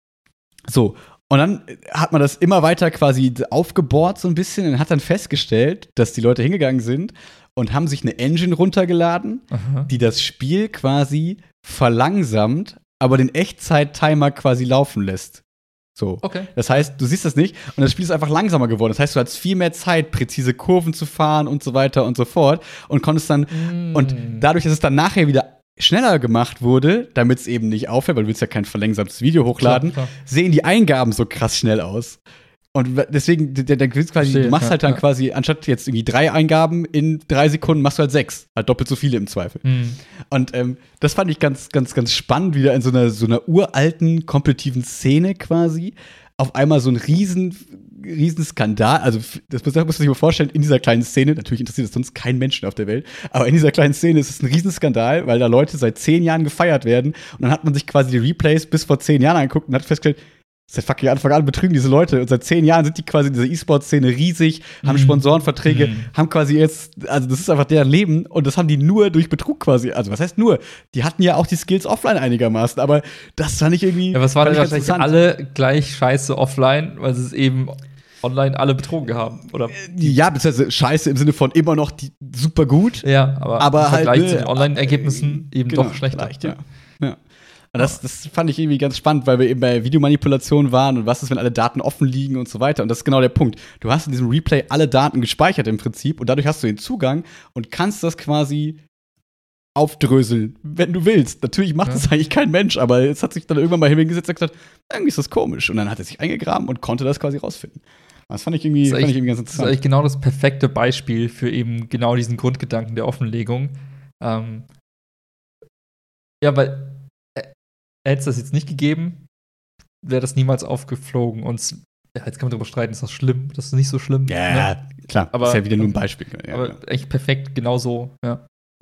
Und dann hat man das immer weiter quasi aufgebohrt so ein bisschen und hat dann festgestellt, dass die Leute hingegangen sind und haben sich eine Engine runtergeladen, die das Spiel quasi verlangsamt, aber den Echtzeit-Timer quasi laufen lässt. So. Okay. Das heißt, du siehst das nicht und das Spiel ist einfach langsamer geworden. Das heißt, du hattest viel mehr Zeit, präzise Kurven zu fahren und so weiter und so fort und konntest dann und dadurch, dass es dann nachher wieder schneller gemacht wurde, damit es eben nicht auffällt, weil du willst ja kein verlangsamtes Video hochladen, klar. Sehen die Eingaben so krass schnell aus. Und deswegen, dann quasi, du machst halt dann quasi, anstatt jetzt irgendwie 3 Eingaben in 3 Sekunden, machst du halt 6. Halt doppelt so viele im Zweifel. Und das fand ich ganz, ganz, ganz spannend, wieder in so einer uralten, kompetitiven Szene quasi auf einmal so ein riesen Skandal, also das muss man sich mal vorstellen, in dieser kleinen Szene, natürlich interessiert es sonst keinen Menschen auf der Welt, aber in dieser kleinen Szene ist es ein riesen Skandal, weil da Leute seit 10 Jahren gefeiert werden und dann hat man sich quasi die Replays bis vor 10 Jahren angeguckt und hat festgestellt, seit fucking Anfang an betrügen diese Leute und seit 10 Jahren sind die quasi in dieser E-Sport-Szene riesig, haben Sponsorenverträge, haben quasi jetzt, also das ist einfach deren Leben und das haben die nur durch Betrug quasi, also was heißt nur, die hatten ja auch die Skills offline einigermaßen, aber das fand ich irgendwie was war denn wahrscheinlich alle gleich scheiße offline, weil sie es eben online alle betrogen haben, oder? Ja, beziehungsweise scheiße im Sinne von immer noch super gut. Ja, aber im Vergleich zu den Online-Ergebnissen eben doch schlechter. Ja. Und das fand ich irgendwie ganz spannend, weil wir eben bei Videomanipulation waren und was ist, wenn alle Daten offen liegen und so weiter. Und das ist genau der Punkt. Du hast in diesem Replay alle Daten gespeichert im Prinzip und dadurch hast du den Zugang und kannst das quasi aufdröseln, wenn du willst. Natürlich macht das eigentlich kein Mensch, aber jetzt hat sich dann irgendwann mal hingesetzt und gesagt, irgendwie ist das komisch. Und dann hat er sich eingegraben und konnte das quasi rausfinden. Das fand ich irgendwie ganz interessant. Das ist eigentlich genau das perfekte Beispiel für eben genau diesen Grundgedanken der Offenlegung. Ja, weil hätte es das jetzt nicht gegeben, wäre das niemals aufgeflogen. Und jetzt kann man darüber streiten, ist das schlimm? Das ist nicht so schlimm. Ja, ne? Klar. Aber das ist ja wieder nur ein Beispiel. Aber echt perfekt, genau so. Ja.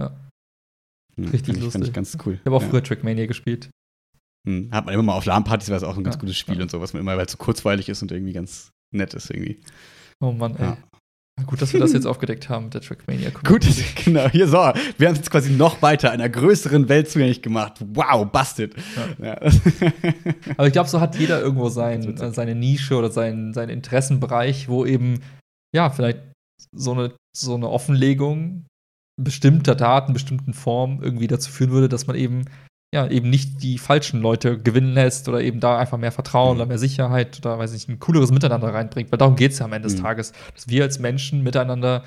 Richtig lustig. Fand ich ganz cool. Ich habe auch früher Trackmania gespielt. Hat man immer mal auf LAN-Partys, war es auch ein ganz gutes Spiel und so, was man immer, weil es so kurzweilig ist und irgendwie ganz nett ist irgendwie. Oh Mann, ey. Gut, dass wir das jetzt aufgedeckt haben mit der Trackmania. Gut, genau. Hier, so. Wir haben es jetzt quasi noch weiter einer größeren Welt zugänglich gemacht. Wow, busted. Ja. Aber ich glaube, so hat jeder irgendwo seine Nische oder seinen Interessenbereich, wo eben, ja, vielleicht so eine Offenlegung bestimmter Daten, bestimmten Formen irgendwie dazu führen würde, dass man eben nicht die falschen Leute gewinnen lässt oder eben da einfach mehr Vertrauen oder mehr Sicherheit oder, weiß ich, ein cooleres Miteinander reinbringt. Weil darum geht es ja am Ende des Tages, dass wir als Menschen miteinander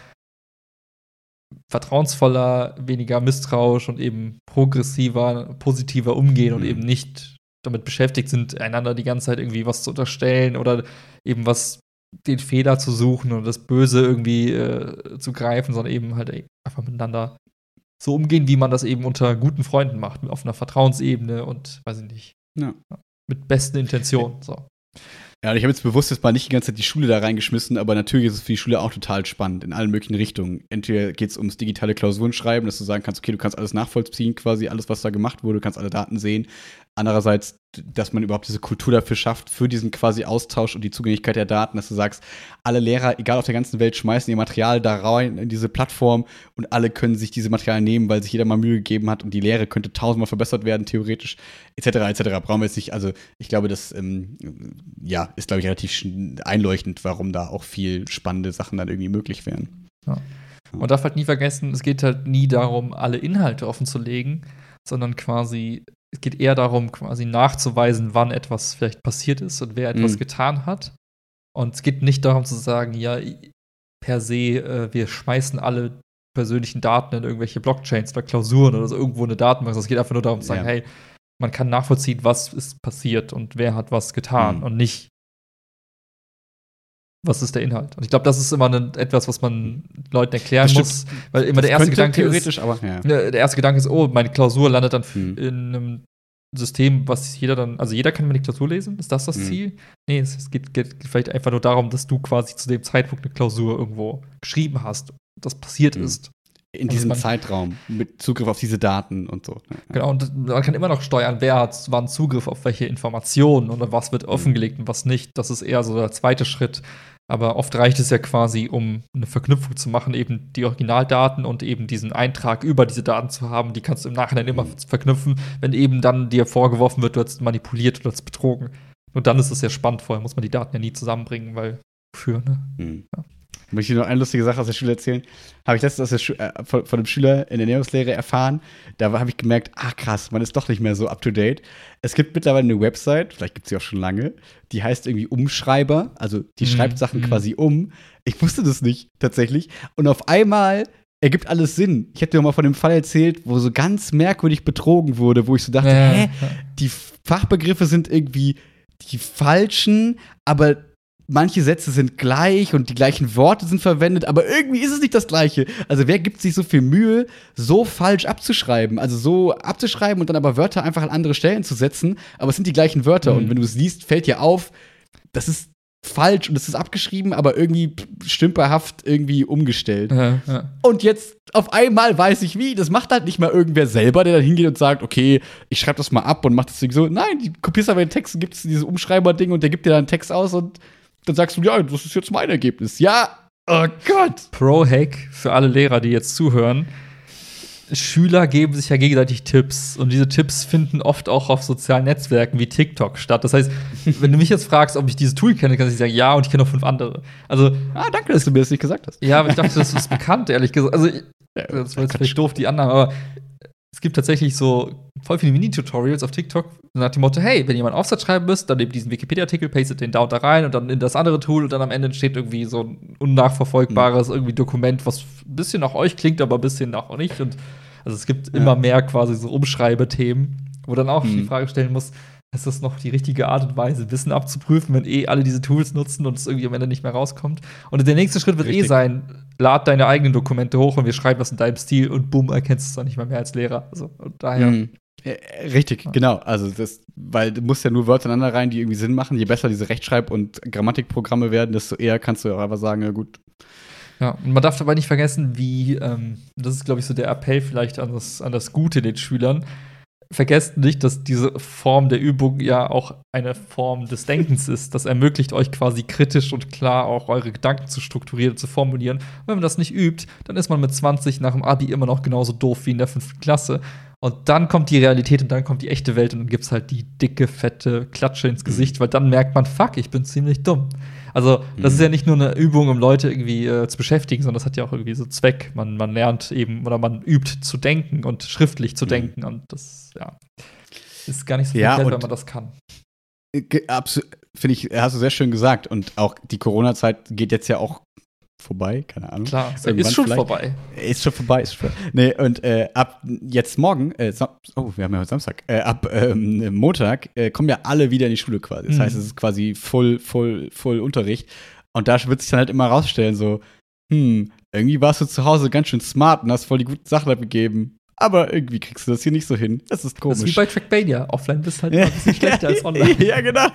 vertrauensvoller, weniger misstrauisch und eben progressiver, positiver umgehen und eben nicht damit beschäftigt sind, einander die ganze Zeit irgendwie was zu unterstellen oder eben den Fehler zu suchen und das Böse irgendwie zu greifen, sondern eben halt einfach miteinander so umgehen, wie man das eben unter guten Freunden macht, auf einer Vertrauensebene und, weiß ich nicht, mit besten Intentionen. So. Ja, und ich habe jetzt bewusst jetzt mal nicht die ganze Zeit die Schule da reingeschmissen, aber natürlich ist es für die Schule auch total spannend, in allen möglichen Richtungen. Entweder geht es ums digitale Klausurenschreiben, dass du sagen kannst, okay, du kannst alles nachvollziehen, quasi alles, was da gemacht wurde, du kannst alle Daten sehen. Andererseits, dass man überhaupt diese Kultur dafür schafft, für diesen quasi Austausch und die Zugänglichkeit der Daten, dass du sagst, alle Lehrer, egal auf der ganzen Welt, schmeißen ihr Material da rein in diese Plattform und alle können sich diese Materialien nehmen, weil sich jeder mal Mühe gegeben hat und die Lehre könnte 1000-mal verbessert werden, theoretisch, etc., etc. Brauchen wir jetzt nicht, also ich glaube, das ist, glaube ich, relativ einleuchtend, warum da auch viel spannende Sachen dann irgendwie möglich wären. Ja. Man darf halt nie vergessen, es geht halt nie darum, alle Inhalte offen zu legen, sondern quasi es geht eher darum, quasi nachzuweisen, wann etwas vielleicht passiert ist und wer etwas getan hat. Und es geht nicht darum zu sagen, ja, per se, wir schmeißen alle persönlichen Daten in irgendwelche Blockchains oder Klausuren oder so irgendwo eine Datenbank. Es geht einfach nur darum zu sagen, hey, man kann nachvollziehen, was ist passiert und wer hat was getan und nicht, was ist der Inhalt. Und ich glaube, das ist immer etwas, was man Leuten erklären muss, weil immer der erste Gedanke ist, der erste Gedanke ist, oh, meine Klausur landet dann in einem System, was jeder kann meine Klausur lesen? Ist das Ziel? Nee, es geht vielleicht einfach nur darum, dass du quasi zu dem Zeitpunkt eine Klausur irgendwo geschrieben hast, das passiert ist. In diesem Zeitraum, mit Zugriff auf diese Daten und so. Genau, und man kann immer noch steuern, wer hat wann Zugriff auf welche Informationen oder was wird offengelegt und was nicht. Das ist eher so der zweite Schritt. Aber oft reicht es ja quasi, um eine Verknüpfung zu machen, eben die Originaldaten und eben diesen Eintrag über diese Daten zu haben. Die kannst du im Nachhinein immer verknüpfen, wenn eben dann dir vorgeworfen wird, du hast manipuliert oder hast betrogen. Und dann ist es sehr spannend. Vorher muss man die Daten ja nie zusammenbringen, weil ne? Ja. Möchte ich noch eine lustige Sache aus der Schule erzählen? Habe ich letztens von einem Schüler in der Ernährungslehre erfahren. Da habe ich gemerkt, krass, man ist doch nicht mehr so up-to-date. Es gibt mittlerweile eine Website, vielleicht gibt es sie auch schon lange, die heißt irgendwie Umschreiber. Also die schreibt Sachen quasi um. Ich wusste das nicht, tatsächlich. Und auf einmal ergibt alles Sinn. Ich hätte dir mal von dem Fall erzählt, wo so ganz merkwürdig betrogen wurde, wo ich so dachte, die Fachbegriffe sind irgendwie die falschen, aber manche Sätze sind gleich und die gleichen Worte sind verwendet, aber irgendwie ist es nicht das Gleiche. Also wer gibt sich so viel Mühe, so falsch abzuschreiben? Also so abzuschreiben und dann aber Wörter einfach an andere Stellen zu setzen, aber es sind die gleichen Wörter. Und wenn du es liest, fällt dir auf, das ist falsch und es ist abgeschrieben, aber irgendwie stümperhaft irgendwie umgestellt. Und jetzt auf einmal weiß ich wie. Das macht halt nicht mal irgendwer selber, der dann hingeht und sagt, okay, ich schreibe das mal ab und mach das Ding so. Nein, die kopierst aber den Text, gibt es dieses Umschreiber-Ding und der gibt dir dann einen Text aus und dann sagst du, ja, das ist jetzt mein Ergebnis. Ja, oh Gott. Pro-Hack für alle Lehrer, die jetzt zuhören. Schüler geben sich ja gegenseitig Tipps. Und diese Tipps finden oft auch auf sozialen Netzwerken wie TikTok statt. Das heißt, wenn du mich jetzt fragst, ob ich dieses Tool kenne, kann ich sagen, ja, und ich kenne noch 5 andere. Also, danke, dass du mir das nicht gesagt hast. Ja, aber ich dachte, das ist bekannt, ehrlich gesagt. Also, das war jetzt vielleicht doof, die anderen, aber es gibt tatsächlich so voll viele Mini-Tutorials auf TikTok nach dem Motto, hey, wenn ihr mal einen Aufsatz schreiben müsst, dann nehmt diesen Wikipedia-Artikel, pastet den da und da rein und dann in das andere Tool und dann am Ende entsteht irgendwie so ein unnachverfolgbares irgendwie Dokument, was ein bisschen nach euch klingt, aber ein bisschen nach auch nicht. Und also es gibt immer mehr quasi so Umschreibethemen, wo dann auch die Frage stellen muss, ist das noch die richtige Art und Weise, Wissen abzuprüfen, wenn alle diese Tools nutzen und es irgendwie am Ende nicht mehr rauskommt? Und der nächste Schritt wird sein, lad deine eigenen Dokumente hoch und wir schreiben das in deinem Stil und bumm, erkennst du es dann nicht mehr als Lehrer. Also, und daher richtig, genau. Also weil du musst ja nur Wörter aneinander rein, die irgendwie Sinn machen. Je besser diese Rechtschreib- und Grammatikprogramme werden, desto eher kannst du auch einfach sagen, ja gut. Ja, und man darf dabei nicht vergessen, wie, das ist, glaube ich, so der Appell vielleicht an das Gute den Schülern. Vergesst nicht, dass diese Form der Übung ja auch eine Form des Denkens ist. Das ermöglicht euch quasi kritisch und klar auch eure Gedanken zu strukturieren und zu formulieren. Und wenn man das nicht übt, dann ist man mit 20 nach dem Abi immer noch genauso doof wie in der 5. Klasse. Und dann kommt die Realität und dann kommt die echte Welt und dann gibt's halt die dicke, fette Klatsche ins Gesicht, weil dann merkt man, fuck, ich bin ziemlich dumm. Also, das ist ja nicht nur eine Übung, um Leute irgendwie zu beschäftigen, sondern das hat ja auch irgendwie so Zweck. Man lernt eben oder man übt zu denken und schriftlich zu denken. Und das, ist gar nicht so viel Geld, wenn man das kann. Absolut, finde ich, hast du sehr schön gesagt. Und auch die Corona-Zeit geht jetzt ja auch vorbei, keine Ahnung. Klar, ist schon vorbei. Ist schon vorbei. Nee, und ab jetzt morgen, wir haben ja heute Samstag, ab Montag kommen ja alle wieder in die Schule quasi. Das heißt, es ist quasi voll Unterricht. Und da wird sich dann halt immer rausstellen, so, irgendwie warst du zu Hause ganz schön smart und hast voll die guten Sachen abgegeben. Aber irgendwie kriegst du das hier nicht so hin. Das ist komisch. Das ist wie bei Trackmania. Offline bist halt ein bisschen schlechter als online. Ja, genau.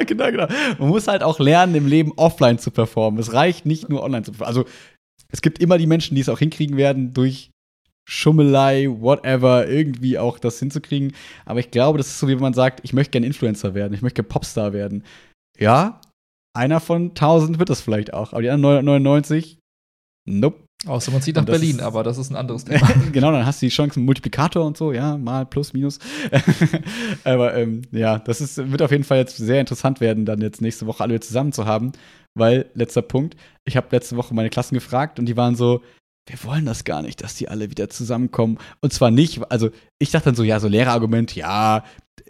Man muss halt auch lernen, im Leben offline zu performen. Es reicht nicht nur online zu performen. Also, es gibt immer die Menschen, die es auch hinkriegen werden, durch Schummelei, whatever, irgendwie auch das hinzukriegen. Aber ich glaube, das ist so, wie wenn man sagt, ich möchte gerne Influencer werden, ich möchte gerne Popstar werden. Ja, einer von 1000 wird das vielleicht auch. Aber die anderen 999, nope. Außer man zieht nach Berlin, aber das ist ein anderes Thema. Genau, dann hast du die Chance, einen Multiplikator und so, ja, mal plus, minus. Aber das wird auf jeden Fall jetzt sehr interessant werden, dann jetzt nächste Woche alle zusammen zu haben, weil, letzter Punkt, ich habe letzte Woche meine Klassen gefragt und die waren so, wir wollen das gar nicht, dass die alle wieder zusammenkommen. Und zwar nicht, also ich dachte dann so, ja, so Lehrerargument, ja,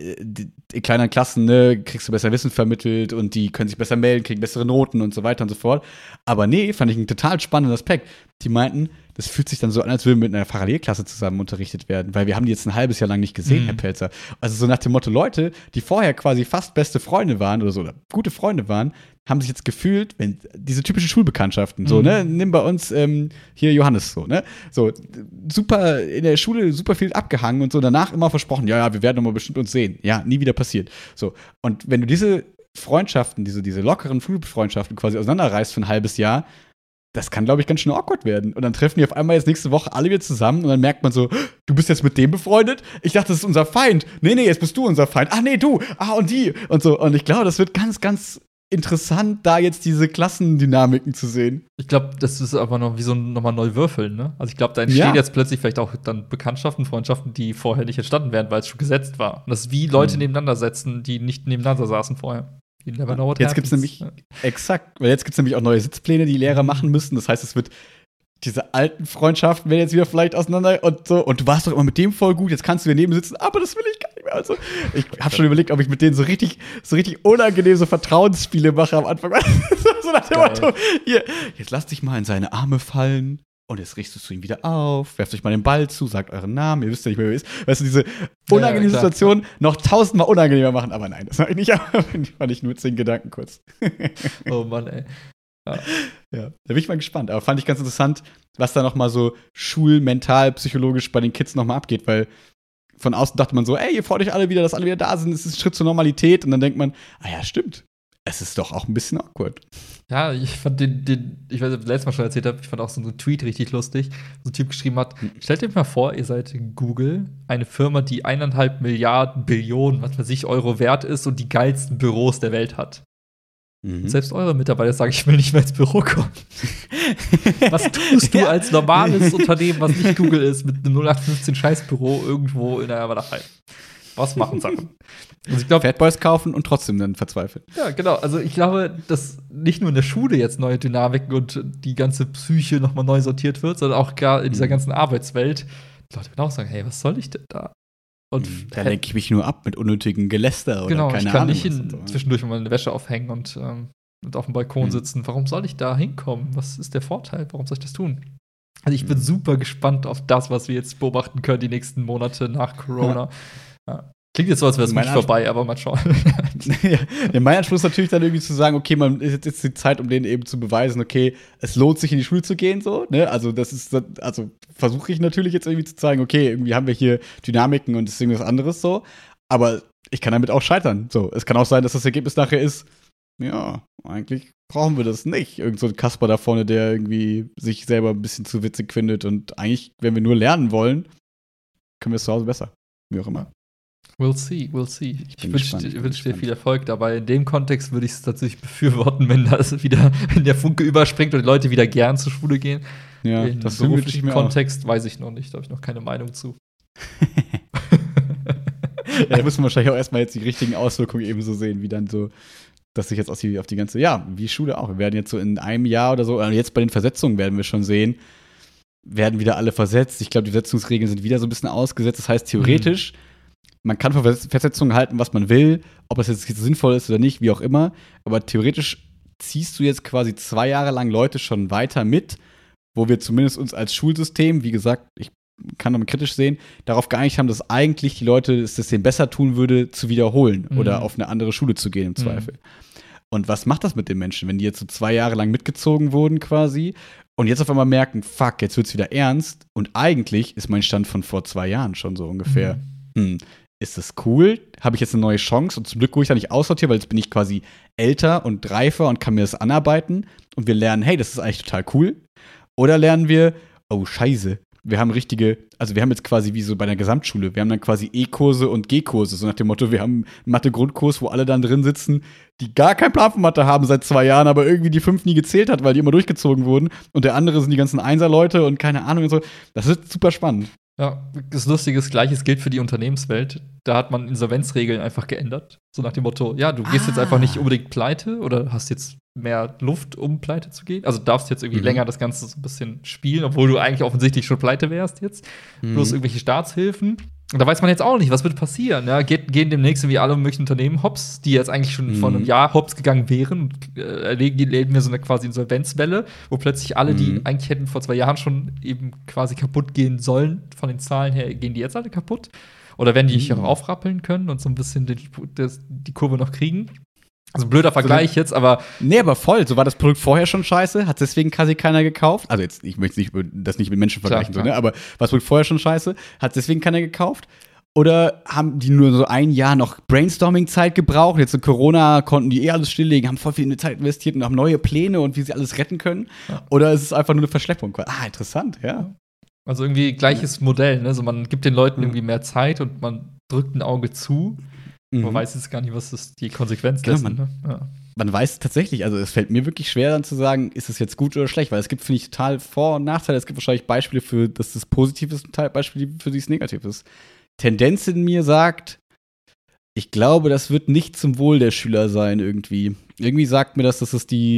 in kleineren Klassen, ne, kriegst du besser Wissen vermittelt und die können sich besser melden, kriegen bessere Noten und so weiter und so fort. Aber nee, fand ich einen total spannenden Aspekt. Die meinten, das fühlt sich dann so an, als würden wir mit einer Parallelklasse zusammen unterrichtet werden, weil wir haben die jetzt ein halbes Jahr lang nicht gesehen, Herr Pelzer. Also so nach dem Motto, Leute, die vorher quasi fast beste Freunde waren oder so, oder gute Freunde waren, haben sich jetzt gefühlt, wenn diese typischen Schulbekanntschaften, so, ne, nimm bei uns hier Johannes so, ne, so, super, in der Schule super viel abgehangen und so, danach immer versprochen, ja, wir werden nochmal bestimmt uns sehen. Ja, nie wieder passiert. So, und wenn du diese Freundschaften, diese lockeren Schulfreundschaften quasi auseinanderreißt für ein halbes Jahr, das kann, glaube ich, ganz schön awkward werden. Und dann treffen die auf einmal jetzt nächste Woche alle wieder zusammen und dann merkt man so, du bist jetzt mit dem befreundet? Ich dachte, das ist unser Feind. Nee, jetzt bist du unser Feind. Ach nee, du. Ah, und die. Und so. Und ich glaube, das wird ganz, ganz interessant, da jetzt diese Klassendynamiken zu sehen. Ich glaube, das ist aber noch wie so nochmal neu würfeln, ne? Also ich glaube, da entstehen jetzt plötzlich vielleicht auch dann Bekanntschaften, Freundschaften, die vorher nicht entstanden wären, weil es schon gesetzt war. Und das ist wie Leute nebeneinander setzen, die nicht nebeneinander saßen vorher. Jetzt gibt es nämlich, exakt, weil jetzt gibt es nämlich auch neue Sitzpläne, die Lehrer machen müssen. Das heißt, es wird diese alten Freundschaften werden jetzt wieder vielleicht auseinander und so. Und du warst doch immer mit dem voll gut, jetzt kannst du daneben sitzen, aber das will ich gar nicht mehr. Also, ich habe schon überlegt, ob ich mit denen so richtig unangenehm so Vertrauensspiele mache am Anfang. So nach dem Motto, hier, jetzt lass dich mal in seine Arme fallen. Und jetzt richtest du ihn wieder auf, werft euch mal den Ball zu, sagt euren Namen, ihr wisst ja nicht mehr, wer ihr ist. Weißt du, diese unangenehme Situation noch 1000-mal unangenehmer machen. Aber nein, das mache ich nicht. Aber fand ich nur 10 Gedanken kurz. Oh Mann, ey. Ja, da bin ich mal gespannt. Aber fand ich ganz interessant, was da noch mal so schulmental, psychologisch bei den Kids noch mal abgeht. Weil von außen dachte man so, ey, ihr freut euch alle wieder, dass alle wieder da sind. Es ist ein Schritt zur Normalität. Und dann denkt man, ah ja, stimmt. Es ist doch auch ein bisschen awkward. Ja, ich fand ich weiß nicht, ob ich letztes Mal schon erzählt habe, ich fand auch so einen Tweet richtig lustig. So ein Typ geschrieben hat, stellt euch mal vor, ihr seid Google, eine Firma, die 1,5 Milliarden, Billionen, was weiß ich, Euro wert ist und die geilsten Büros der Welt hat. Selbst eure Mitarbeiter sagen, ich will nicht mehr ins Büro kommen. Was tust du als normales Unternehmen, was nicht Google ist, mit einem 0815 Scheißbüro irgendwo in der Walachei? Was machen Sachen? Also ich glaube, Fatboys kaufen und trotzdem dann verzweifeln. Ja, genau. Also ich glaube, dass nicht nur in der Schule jetzt neue Dynamiken und die ganze Psyche nochmal neu sortiert wird, sondern auch gar in dieser ganzen Arbeitswelt. Die Leute werden auch sagen, hey, was soll ich denn da? Und da lenke ich mich nur ab mit unnötigen Geläster oder keine Ahnung. Ich kann nicht zwischendurch mal eine Wäsche aufhängen und auf dem Balkon sitzen. Warum soll ich da hinkommen? Was ist der Vorteil? Warum soll ich das tun? Also ich bin super gespannt auf das, was wir jetzt beobachten können die nächsten Monate nach Corona. Ja. Klingt jetzt so, als wäre es nicht vorbei, aber mal schauen. Ja, mein Anspruch ist natürlich dann irgendwie zu sagen, okay, man ist jetzt die Zeit, um denen eben zu beweisen, okay, es lohnt sich in die Schule zu gehen, so, ne? Also versuche ich natürlich jetzt irgendwie zu zeigen, okay, irgendwie haben wir hier Dynamiken und es ist irgendwas anderes so, aber ich kann damit auch scheitern. So, es kann auch sein, dass das Ergebnis nachher ist, ja, eigentlich brauchen wir das nicht. Irgend so ein Kasper da vorne, der irgendwie sich selber ein bisschen zu witzig findet und eigentlich, wenn wir nur lernen wollen, können wir es zu Hause besser. Wie auch immer. We'll see. Ich wünsche dir viel Erfolg dabei. In dem Kontext würde ich es tatsächlich befürworten, wenn der Funke überspringt und die Leute wieder gern zur Schule gehen. Ja, in das beruflichen Kontext weiß ich noch nicht. Da habe ich noch keine Meinung zu. Ja, da müssen wir wahrscheinlich auch erstmal jetzt die richtigen Auswirkungen eben so sehen, wie dann so, dass sich jetzt auf die ganze, ja, wie Schule auch. Wir werden jetzt so in einem Jahr oder so, also jetzt bei den Versetzungen werden wir schon sehen, werden wieder alle versetzt. Ich glaube, die Versetzungsregeln sind wieder so ein bisschen ausgesetzt. Das heißt, theoretisch man kann von Versetzungen halten, was man will, ob das jetzt sinnvoll ist oder nicht, wie auch immer. Aber theoretisch ziehst du jetzt quasi 2 Jahre lang Leute schon weiter mit, wo wir zumindest uns als Schulsystem, wie gesagt, ich kann nochmal kritisch sehen, darauf geeinigt haben, dass eigentlich die Leute es denen besser tun würde, zu wiederholen oder auf eine andere Schule zu gehen im Zweifel. Und was macht das mit den Menschen, wenn die jetzt so 2 Jahre lang mitgezogen wurden quasi und jetzt auf einmal merken, fuck, jetzt wird's wieder ernst und eigentlich ist mein Stand von vor 2 Jahren schon so ungefähr. Ist das cool? Habe ich jetzt eine neue Chance? Und zum Glück, wo ich da nicht aussortiere, weil jetzt bin ich quasi älter und reifer und kann mir das anarbeiten. Und wir lernen, hey, das ist eigentlich total cool. Oder lernen wir, oh, scheiße. Wir haben jetzt quasi wie so bei einer Gesamtschule, wir haben dann quasi E-Kurse und G-Kurse, so nach dem Motto, wir haben einen Mathe-Grundkurs, wo alle dann drin sitzen, die gar keinen Plan von Mathe haben seit 2 Jahren, aber irgendwie die 5 nie gezählt hat, weil die immer durchgezogen wurden. Und der andere sind die ganzen Einser-Leute und keine Ahnung und so. Das ist super spannend. Ja, das Lustige ist, Gleiches gilt für die Unternehmenswelt. Da hat man Insolvenzregeln einfach geändert. So nach dem Motto, ja, du gehst jetzt einfach nicht unbedingt pleite oder hast jetzt mehr Luft, um pleite zu gehen. Also darfst jetzt irgendwie länger das Ganze so ein bisschen spielen, obwohl du eigentlich offensichtlich schon pleite wärst jetzt. Bloß irgendwelche Staatshilfen. Und da weiß man jetzt auch nicht, was wird passieren. Ja? Gehen demnächst irgendwie alle möglichen Unternehmen hops, die jetzt eigentlich schon vor einem Jahr hops gegangen wären. Und erleben wir so eine quasi Insolvenzwelle, wo plötzlich alle, die eigentlich hätten vor 2 Jahren schon eben quasi kaputt gehen sollen, von den Zahlen her, gehen die jetzt alle kaputt. Oder werden die sich auch aufrappeln können und so ein bisschen die Kurve noch kriegen. Also blöder Vergleich jetzt, aber. Nee, aber voll. So war das Produkt vorher schon scheiße, hat deswegen quasi keiner gekauft. Also jetzt, ich möchte das nicht mit Menschen vergleichen, klar. So, ne? Aber war das Produkt vorher schon scheiße, hat deswegen keiner gekauft? Oder haben die nur so ein Jahr noch Brainstorming-Zeit gebraucht? Jetzt in Corona konnten die alles stilllegen, haben voll viel in die Zeit investiert und haben neue Pläne und wie sie alles retten können? Ja. Oder ist es einfach nur eine Verschleppung? Interessant, ja. Also irgendwie gleiches Modell, ne? Also man gibt den Leuten irgendwie mehr Zeit und man drückt ein Auge zu. Man weiß jetzt gar nicht, was ist die Konsequenz dessen. Ne? Man weiß tatsächlich, also es fällt mir wirklich schwer dann zu sagen, ist es jetzt gut oder schlecht, weil es gibt, finde ich, total Vor- und Nachteile. Es gibt wahrscheinlich Beispiele für, dass das positiv ist und Beispiele, für die es negativ ist. Tendenz in mir sagt, ich glaube, das wird nicht zum Wohl der Schüler sein irgendwie. Irgendwie sagt mir das, dass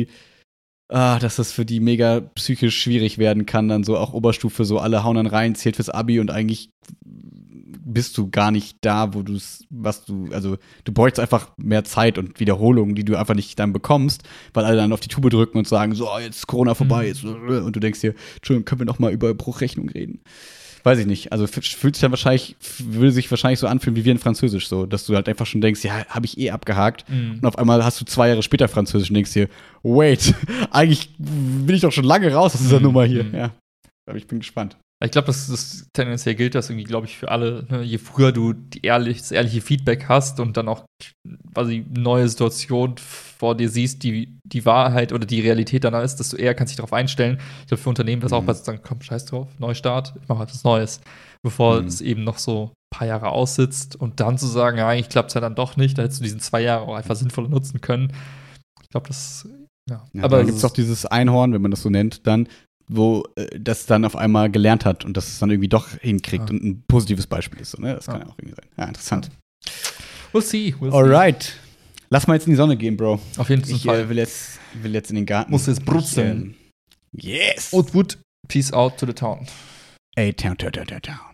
das für die mega psychisch schwierig werden kann, dann so auch Oberstufe, so alle hauen dann rein, zählt fürs Abi und eigentlich bist du gar nicht da, du bräuchst einfach mehr Zeit und Wiederholungen, die du einfach nicht dann bekommst, weil alle dann auf die Tube drücken und sagen, so, jetzt ist Corona vorbei, jetzt, und du denkst dir, Entschuldigung, können wir noch mal über Bruchrechnung reden? Weiß ich nicht. Also würde sich wahrscheinlich so anfühlen wie wir in Französisch, so, dass du halt einfach schon denkst, ja, habe ich abgehakt. Und auf einmal hast du 2 Jahre später Französisch und denkst dir, wait, eigentlich bin ich doch schon lange raus aus dieser Nummer hier. Ja. Aber ich bin gespannt. Ich glaube, das tendenziell gilt das irgendwie, glaube ich, für alle. Ne? Je früher du das ehrliche Feedback hast und dann auch quasi neue Situationen vor dir siehst, die Wahrheit oder die Realität dann ist, desto eher kannst du dich darauf einstellen. Ich glaube, für Unternehmen wäre es auch besser, sagen, komm, scheiß drauf, Neustart, ich mache etwas Neues. Bevor es eben noch so ein paar Jahre aussitzt und dann zu sagen, ja, eigentlich klappt es ja dann doch nicht, da hättest du diesen 2 Jahre auch einfach sinnvoller nutzen können. Ich glaube, aber da gibt es auch dieses Einhorn, wenn man das so nennt, dann, wo das dann auf einmal gelernt hat und das es dann irgendwie doch hinkriegt und ein positives Beispiel ist. So, ne? Das kann ja auch irgendwie sein. Ja, interessant. We'll see. Alright. Lass mal jetzt in die Sonne gehen, Bro. Auf jeden Fall. Ich will jetzt in den Garten. Muss jetzt brutzeln. Yes. Old Wood. Peace out to the town. Town.